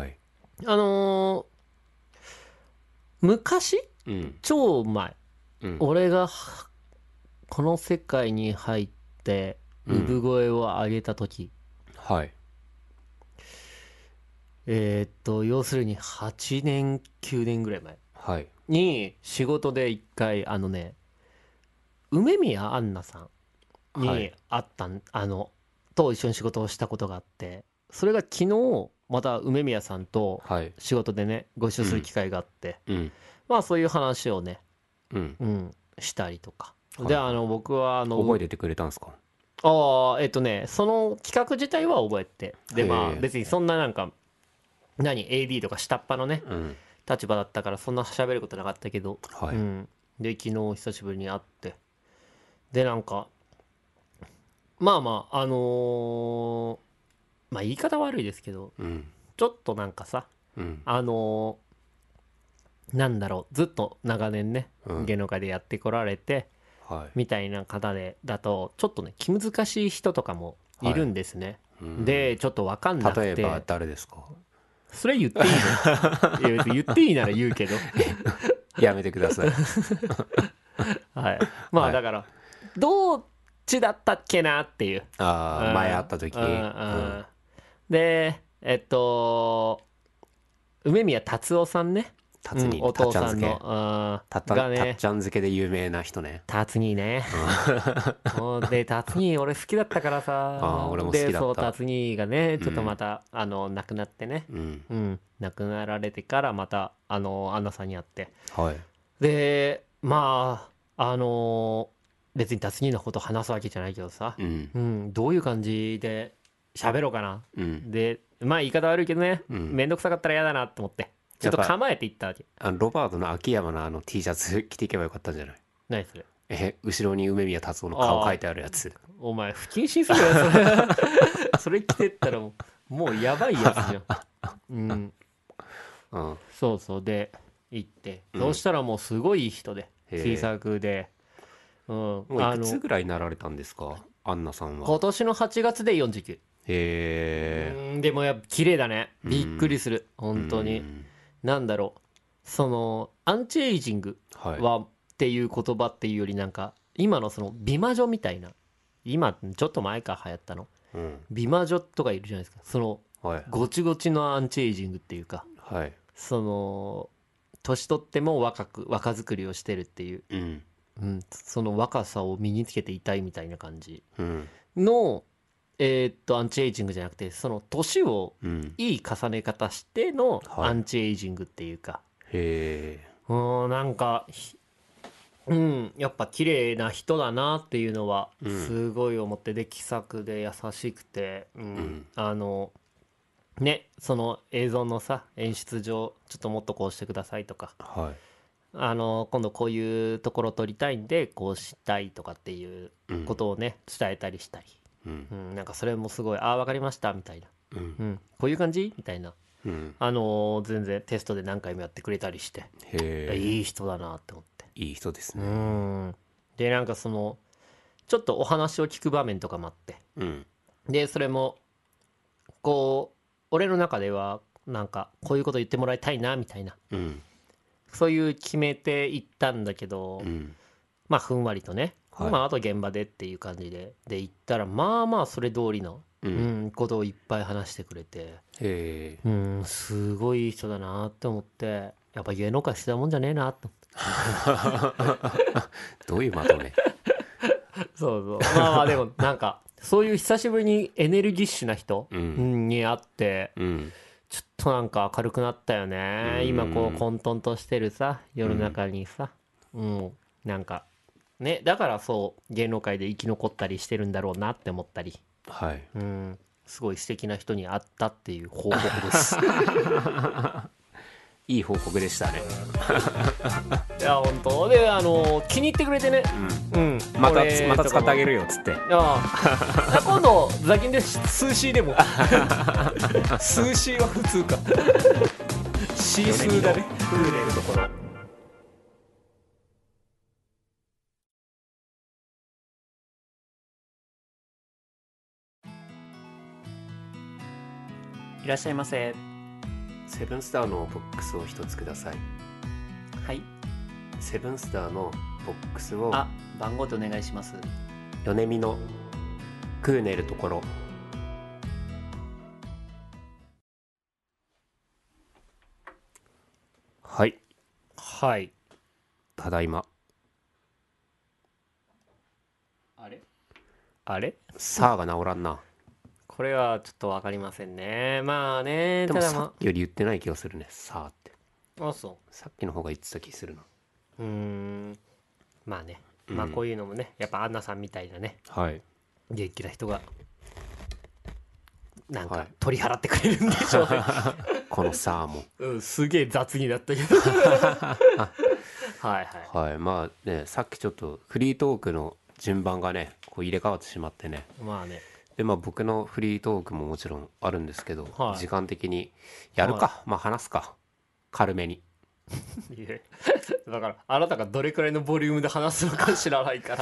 昔、超前、俺がこの世界に入って産声を上げた時、 はい。 要するに8年9年ぐらい前に仕事で一回梅宮アンナさんに会ったと一緒に仕事をしたことがあって、それが昨日また梅宮さんと仕事でねご一緒する機会があって、まあそういう話をねしたりとか、 で僕は覚えててくれたんですか？ その企画自体は覚えて、でまあ別にそんななんかAD とか下っ端のね、立場だったからそんな喋ることなかったけど、 はい、 で昨日久しぶりに会って、でなんかまあまあまあ言い方悪いですけど、ちょっとなんかさ、なんだろう、ずっと長年ね、芸能界でやってこられて、みたいな方だとちょっとね気難しい人とかもいるんですね、でちょっと分かんなくて。 例えば誰ですか？ それ言っていいの？いや別に言っていいなら言うけどやめてくださいはい、まあだからどっちだったっけなっていう、 前会った時に、 で梅宮達夫さんね、お父さんのたっちゃん漬けで有名な人ね。 達兄ねで達兄俺好きだったからさ、 俺も好きだった。 でそう達兄がねちょっとまた、亡くなってね、亡くなられてからまたアンナさんに会って、でまあ別に達兄のこと話すわけじゃないけどさ、どういう感じで喋ろうかな、でまあ言い方悪いけどね、めんどくさかったら嫌だなって思って、ちょっと構えていったわけ。 ロバートの秋山のT シャツ着ていけばよかったんじゃない？ 何それ？ 後ろに梅宮達夫の顔書いてあるやつ。 お前不謹慎するよそれそれ着てったらもうやばいやつじゃん。そうそう、で行って、そうしたらもうすごいいい人で、小さくで、 もういくつぐらいになられたんですか、アンナさんは？ 今年の8月で49。でもやっぱ綺麗だね、びっくりする本当に。なんだろう、そのアンチエイジングは、っていう言葉っていうよりなんか今のその美魔女みたいな、今ちょっと前から流行ったの、美魔女とかいるじゃないですか、その、ごちごちのアンチエイジングっていうか、その年取っても若作りをしてるっていう、その若さを身につけていたいみたいな感じの、アンチエイジングじゃなくて、その年をいい重ね方してのアンチエイジングっていうか、なんかやっぱ綺麗な人だなっていうのはすごい思って、で気さくで優しくて、ね、その映像のさ演出上ちょっともっとこうしてくださいとか、今度こういうところ撮りたいんでこうしたいとかっていうことをね伝えたりしたり、なんかそれもすごい分かりましたみたいな、こういう感じみたいな、全然テストで何回もやってくれたりして、いい人だなって思って。 いい人ですね。 でなんかそのちょっとお話を聞く場面とかもあって、でそれもこう俺の中ではなんかこういうこと言ってもらいたいなみたいな、そういう決めていったんだけど、まあふんわりとね、まああと現場でっていう感じで行ったら、まあまあそれ通りのことをいっぱい話してくれて、すごいいい人だなって思って、やっぱ芸能界捨てたもんじゃねえなって思ってどういうまとめそうまあまあでもなんかそういう久しぶりにエネルギッシュな人に会って、ちょっとなんか明るくなったよね、今こう混沌としてるさ世の中にさ、なんかね、だからそう芸能界で生き残ったりしてるんだろうなって思ったり、すごい素敵な人に会ったっていう報告ですいい報告でしたねいや本当で気に入ってくれてね、 また使ってあげるよっつって、 今度ザキンで数 C でも数 C は普通かC 数だね、クーレるところ。いらっしゃいませ。 セブンスターのボックスを一つください。 はい。 セブンスターのボックスを。 番号でお願いします。 米見のクーネルところ。はい。 はい。 ただいま。 あれさあが治らんな。 これはちょっと分かりませんね。まあね、 でもさっきより言ってない気がするね、さあって。 そう。 さっきの方が言ってた気するな。 まあね。 まあこういうのもねやっぱアンナさんみたいなね、 はい、 元気な人がなんか取り払ってくれるんでしょうね、 このサーモン、 うん、すげえ雑になったけどはいはいはい、まあね、さっきちょっとフリートークの順番がねこう入れ替わってしまってね、 まあね、 でまあ僕のフリートークももちろんあるんですけど、 はい時間的にやるか、 はまあ話すか、軽めに。 いえだからあなたがどれくらいのボリュームで話すのか知らないから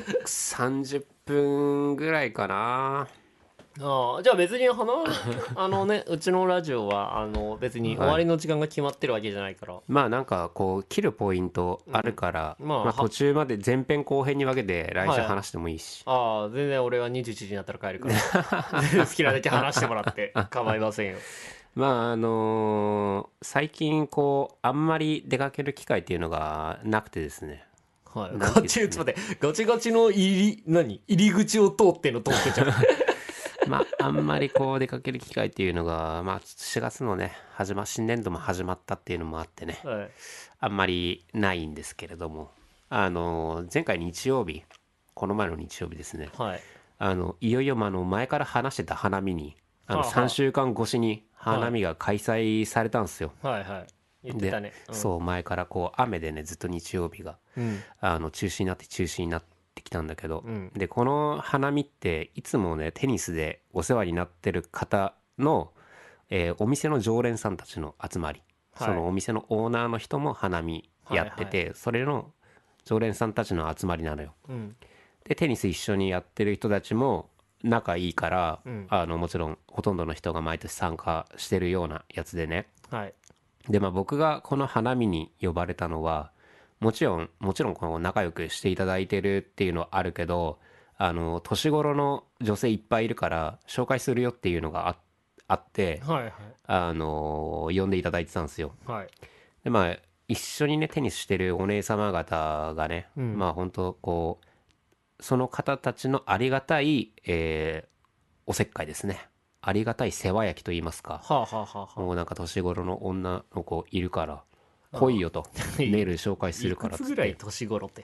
30分ぐらいかな。 ああ、じゃあ別にうちのラジオは別に終わりの時間が決まってるわけじゃないから、 まあなんかこう切るポイントあるから、 まあまあ途中まで前編後編に分けて来週はい話してもいいし、 ああ全然俺は21時になったら帰るから好きなだけ話してもらって構いませんよ。 まあ最近こうあんまり出かける機会っていうのがなくてですね。 はい、 なんていうんですかねちょっと待ってガチガチの入り口を通っての通ってちゃうまああんまりこう出かける機会っていうのがまあ4月のね新年度も始まったっていうのもあってね、 はいあんまりないんですけれども、前回日曜日、この前の日曜日ですね、 はいいよいよ前から話してた花見にはあ 3週間越しに花見が開催されたんですよ。 はいはい言ってたね、 そう前からこう雨でねずっと日曜日がうん中止になってきたんだけど、 うんでこの花見っていつもねテニスでお世話になってる方の、お店の常連さんたちの集まり、 はいそのお店のオーナーの人も花見やってて、それの常連さんたちの集まりなのよ。 うんでテニス一緒にやってる人たちも仲いいから、 うんもちろんほとんどの人が毎年参加してるようなやつでね。 はいでまあ僕がこの花見に呼ばれたのはもちろんこの仲良くしていただいてるっていうのはあるけど、年頃の女性いっぱいいるから紹介するよっていうのがあって、 はいはい呼んでいただいてたんですよ。 はいでまあ一緒にねテニスしてるお姉様方がね、 うんまあ本当こうその方たちのありがたい、おせっかいですね。ありがたい世話焼きと言いますか。 はあはあはあはあもうなんか年頃の女の子いるから来いよとメール紹介するからっつっいくつぐらいて、 年頃って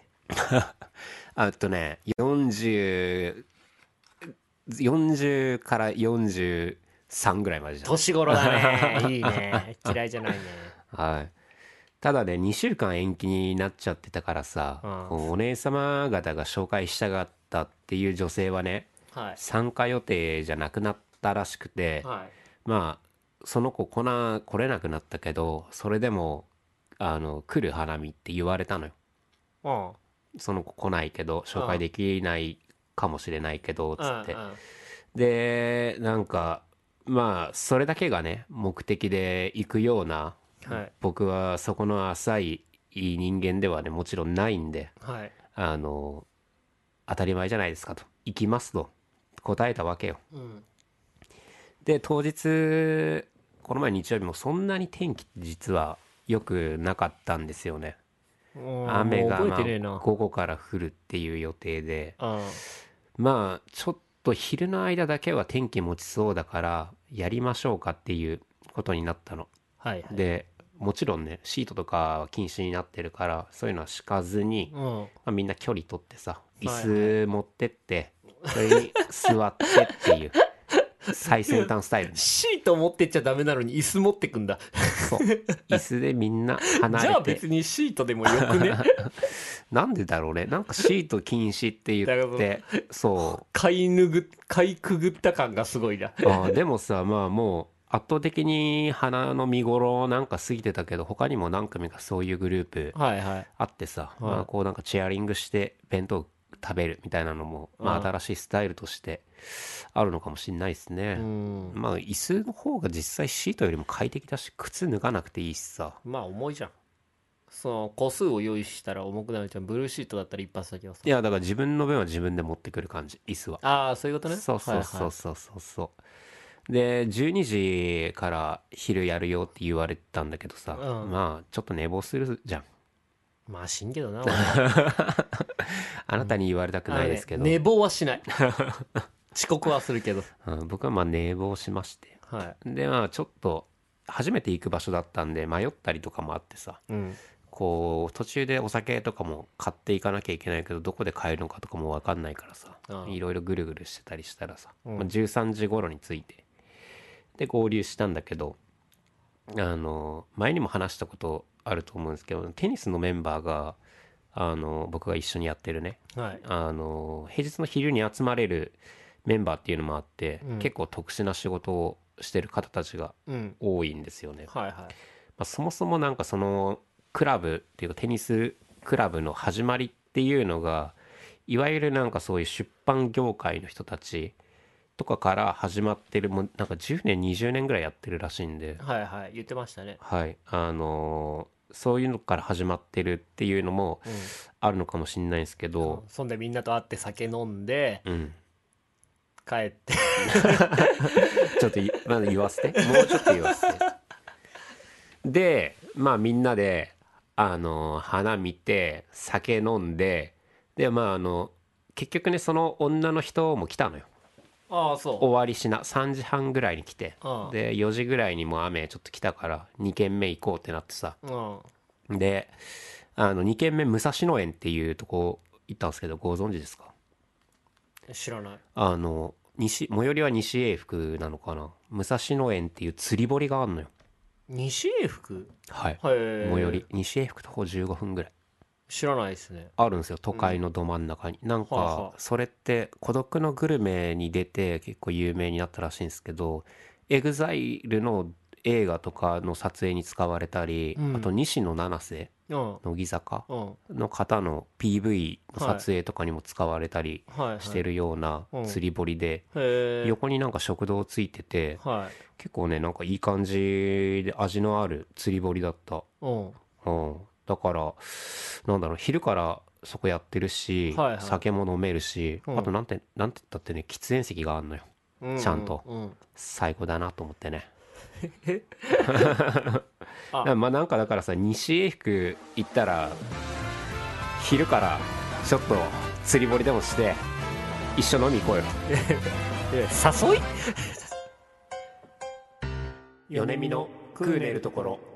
40から43ぐらいまでじゃん。 年頃だねいいね嫌いじゃないねはい。ただね2週間延期になっちゃってたからさ、こうお姉様方が紹介したかったっていう女性はねはい参加予定じゃなくなったらしくて、 はいまあその子来れなくなったけどそれでも来る花見って言われたのよ。 うんその子来ないけど紹介できないかもしれないけどつって、 うんでなんかまあそれだけがね目的で行くような、 はい僕はそこの浅い人間ではねもちろんないんで、 はい当たり前じゃないですかと行きますと答えたわけよ。 うんで当日この前日曜日もそんなに天気って実は良くなかったんですよね。雨がもうまあ覚えてねえな午後から降るっていう予定で、 うんまあちょっと昼の間だけは天気持ちそうだからやりましょうかっていうことになったの。 はいはいでもちろんねシートとかは禁止になってるからそういうのは敷かずに、 うんみんな距離取ってさはいはい椅子持ってってそれに座ってっていう最先端スタイルね。 シート持ってっちゃダメなのに椅子持ってくんだそう椅子でみんな離じゃあれて、 別にシートでもよくねなんでだろうね、なんかシート禁止って言ってそ買いくぐった感がすごいなでもさまあもう圧倒的に花の見頃なんか過ぎてたけど他にも何組かそういうグループはいはいあってさ、まあこうなんかチェアリングして弁当食べるみたいなのも、まあ新しいスタイルとしてあるのかもしれないですね。まあ椅子の方が実際シートよりも快適だし靴脱がなくていいしさ。 まあ重いじゃんその個数を用意したら重くなるじゃんブルーシートだったら一発だけどさいやだから自分の分は自分で持ってくる感じ椅子は。 ああそういうことねそうそうそうそうそうそうで12時から昼やるよって言われたんだけどさ、まあちょっと寝坊するじゃん。 まあ死んけどなあなたに言われたくないですけど、 寝坊はしない遅刻はするけど僕はまあ寝坊しまして、 はいでまあちょっと初めて行く場所だったんで迷ったりとかもあってさ、 こう途中でお酒とかも買っていかなきゃいけないけどどこで買えるのかとかも分かんないからさ、いろいろぐるぐるしてたりしたらさ、13時頃に着いてで合流したんだけど、前にも話したことあると思うんですけど、テニスのメンバーが僕が一緒にやってるね、 はい、 平日の昼に集まれるメンバーっていうのもあって、結構特殊な仕事をしてる方たちが多いんですよね。 はいはい。 そもそもなんかそのクラブっていうかテニスクラブの始まりっていうのがいわゆるなんかそういう出版業界の人たちとかから始まってる、もうなんか10年20年ぐらいやってるらしいんで、 はいはい、言ってましたね。 はい、そういうのから始まってるっていうのもあるのかもしれないですけど、 そんでみんなと会って酒飲んで、帰ってちょっとまだ言わせて、もうちょっと言わせてでまあみんなで花見て酒飲んで、でまあ結局ねその女の人も来たのよ。 ああ、そう。 終わりしな3時半ぐらいに来て、で4時ぐらいにもう雨ちょっと来たから2軒目行こうってなってさ、で2軒目武蔵野園っていうとこ行ったんですけど、ご存知ですか？ 知らない。 最寄りは西永福なのかな。武蔵野園っていう釣り堀があんのよ。 西永福？ はい、最寄り西永福とこ15分ぐらい。 知らないですね。 あるんですよ、都会のど真ん中に、なんかそれって孤独のグルメに出て結構有名になったらしいんですけど、エグザイルの映画とかの撮影に使われたり、あと西野七瀬乃木坂の方の PV の撮影とかにも使われたりしてるような釣り堀で、横になんか食堂ついてて、結構ねなんかいい感じで味のある釣り堀だった。だからなんだろう、昼からそこやってるし、酒も飲めるし、あとなんて言ったってね喫煙席があんのよ、ちゃんと、最高だなと思ってねまあなんかだからさ、西永福行ったら昼からちょっと釣り堀でもして一緒飲み行こうよ誘い米見のクーネルところ。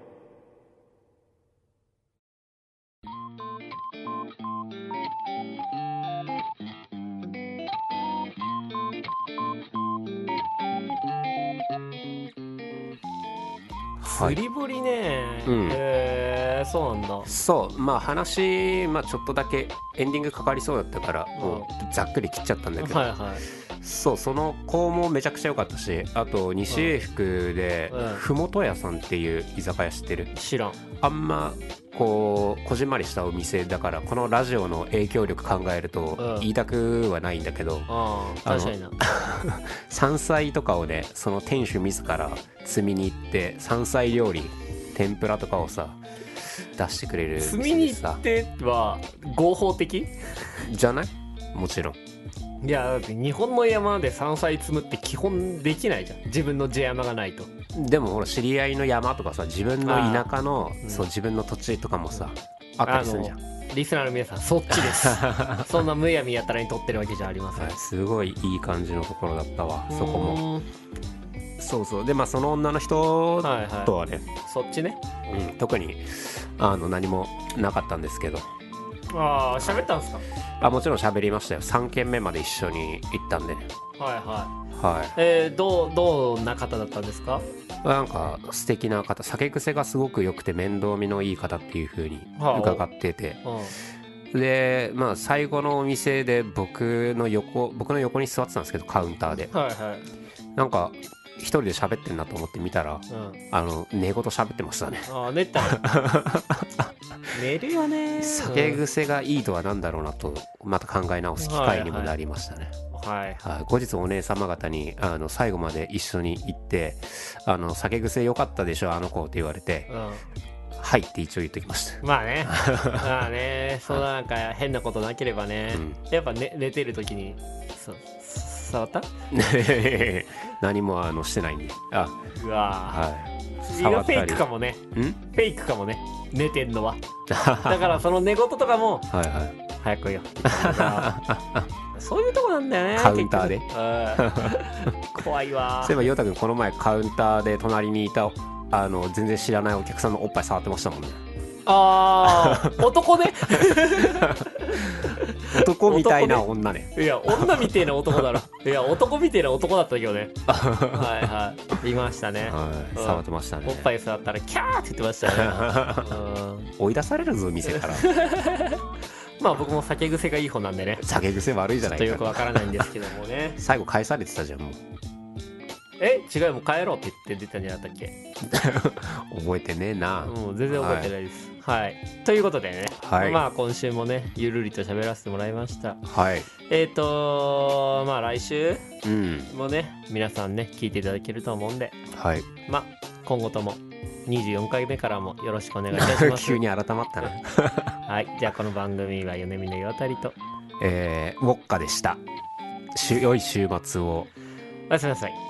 釣り堀ね、そうなんだ。 そうまあ話、ちょっとだけエンディングかかりそうだったから、もうざっくり切っちゃったんだけど、そうその子もめちゃくちゃ良かったし、あと西永福でふもと屋さんっていう居酒屋知ってる？ 知らん。 あんまこうこじんまりしたお店だから、このラジオの影響力考えると言いたくはないんだけど、 確かにな山菜とかをねその店主自ら摘みに行って山菜料理天ぷらとかをさ出してくれる店でさ。 摘みに行っては合法的じゃない？もちろん。 いやだって日本の山で山菜摘むって基本できないじゃん、自分の地山がないと。 でもほら知り合いの山とかさ、自分の田舎のそう自分の土地とかもさあったりするじゃん。 リスナーの皆さんそっちですそんなむやみやたらに撮ってるわけじゃありません、 すごいいい感じのところだったわ、そこも。そうそう。でその女の人とはね、 そっちね、 特に何もなかったんですけど。 喋ったんですか？ もちろん喋りましたよ。3軒目まで一緒に行ったんで。 どんな方だったんですか？ なんか素敵な方、酒癖がすごく良くて面倒見のいい方っていう風に伺ってて、で最後のお店で僕の横に座ってたんですけど、カウンターで、なんか一人で喋ってんなと思って見たら、寝言喋ってましたね。 寝た寝るよね。 酒癖がいいとはなんだろうなとまた考え直す機会にもなりましたね。後日お姉様方に最後まで一緒に行って酒癖良かったでしょあの子って言われて、はいって一応言ってきました。 まあねそんななんか変なことなければね、やっぱ、寝てる時に触った何もしてないんで。 うわフェイクかもね。フェイクかもね、寝てんのはだからその寝言とかも早く来いよそういうとこなんだよね、 カウンターで怖いわ。 そういえばヨタ君この前カウンターで隣にいた全然知らないお客さんのおっぱい触ってましたもんね。 ああ男ね男みたいな女ね。 いや女みてえな男だろ。いや男みてえな男だったけどね。はいはいいましたね。 はい、触ってましたね。 おっぱい触ったらキャーって言ってましたね。 追い出されるぞ店から。 まあ僕も酒癖がいい方なんでね。 酒癖悪いじゃないか。 ちょっとよくわからないんですけどもね。 最後返されてたじゃんもう。 違うもう帰ろうって言って出たんじゃなかったっけ。 覚えてねえな。 もう全然覚えてないです。はい。ということでね。はい、まあ今週もねゆるりと喋らせてもらいました。 はい。 まあ来週もね、皆さんね聞いていただけると思うんで。 はい。 まあ今後とも24回目からもよろしくお願いいたします。 急に改まったな。 はい。じゃあこの番組は米見の岩谷とウォッカでした。良い週末を。 おやすみなさい。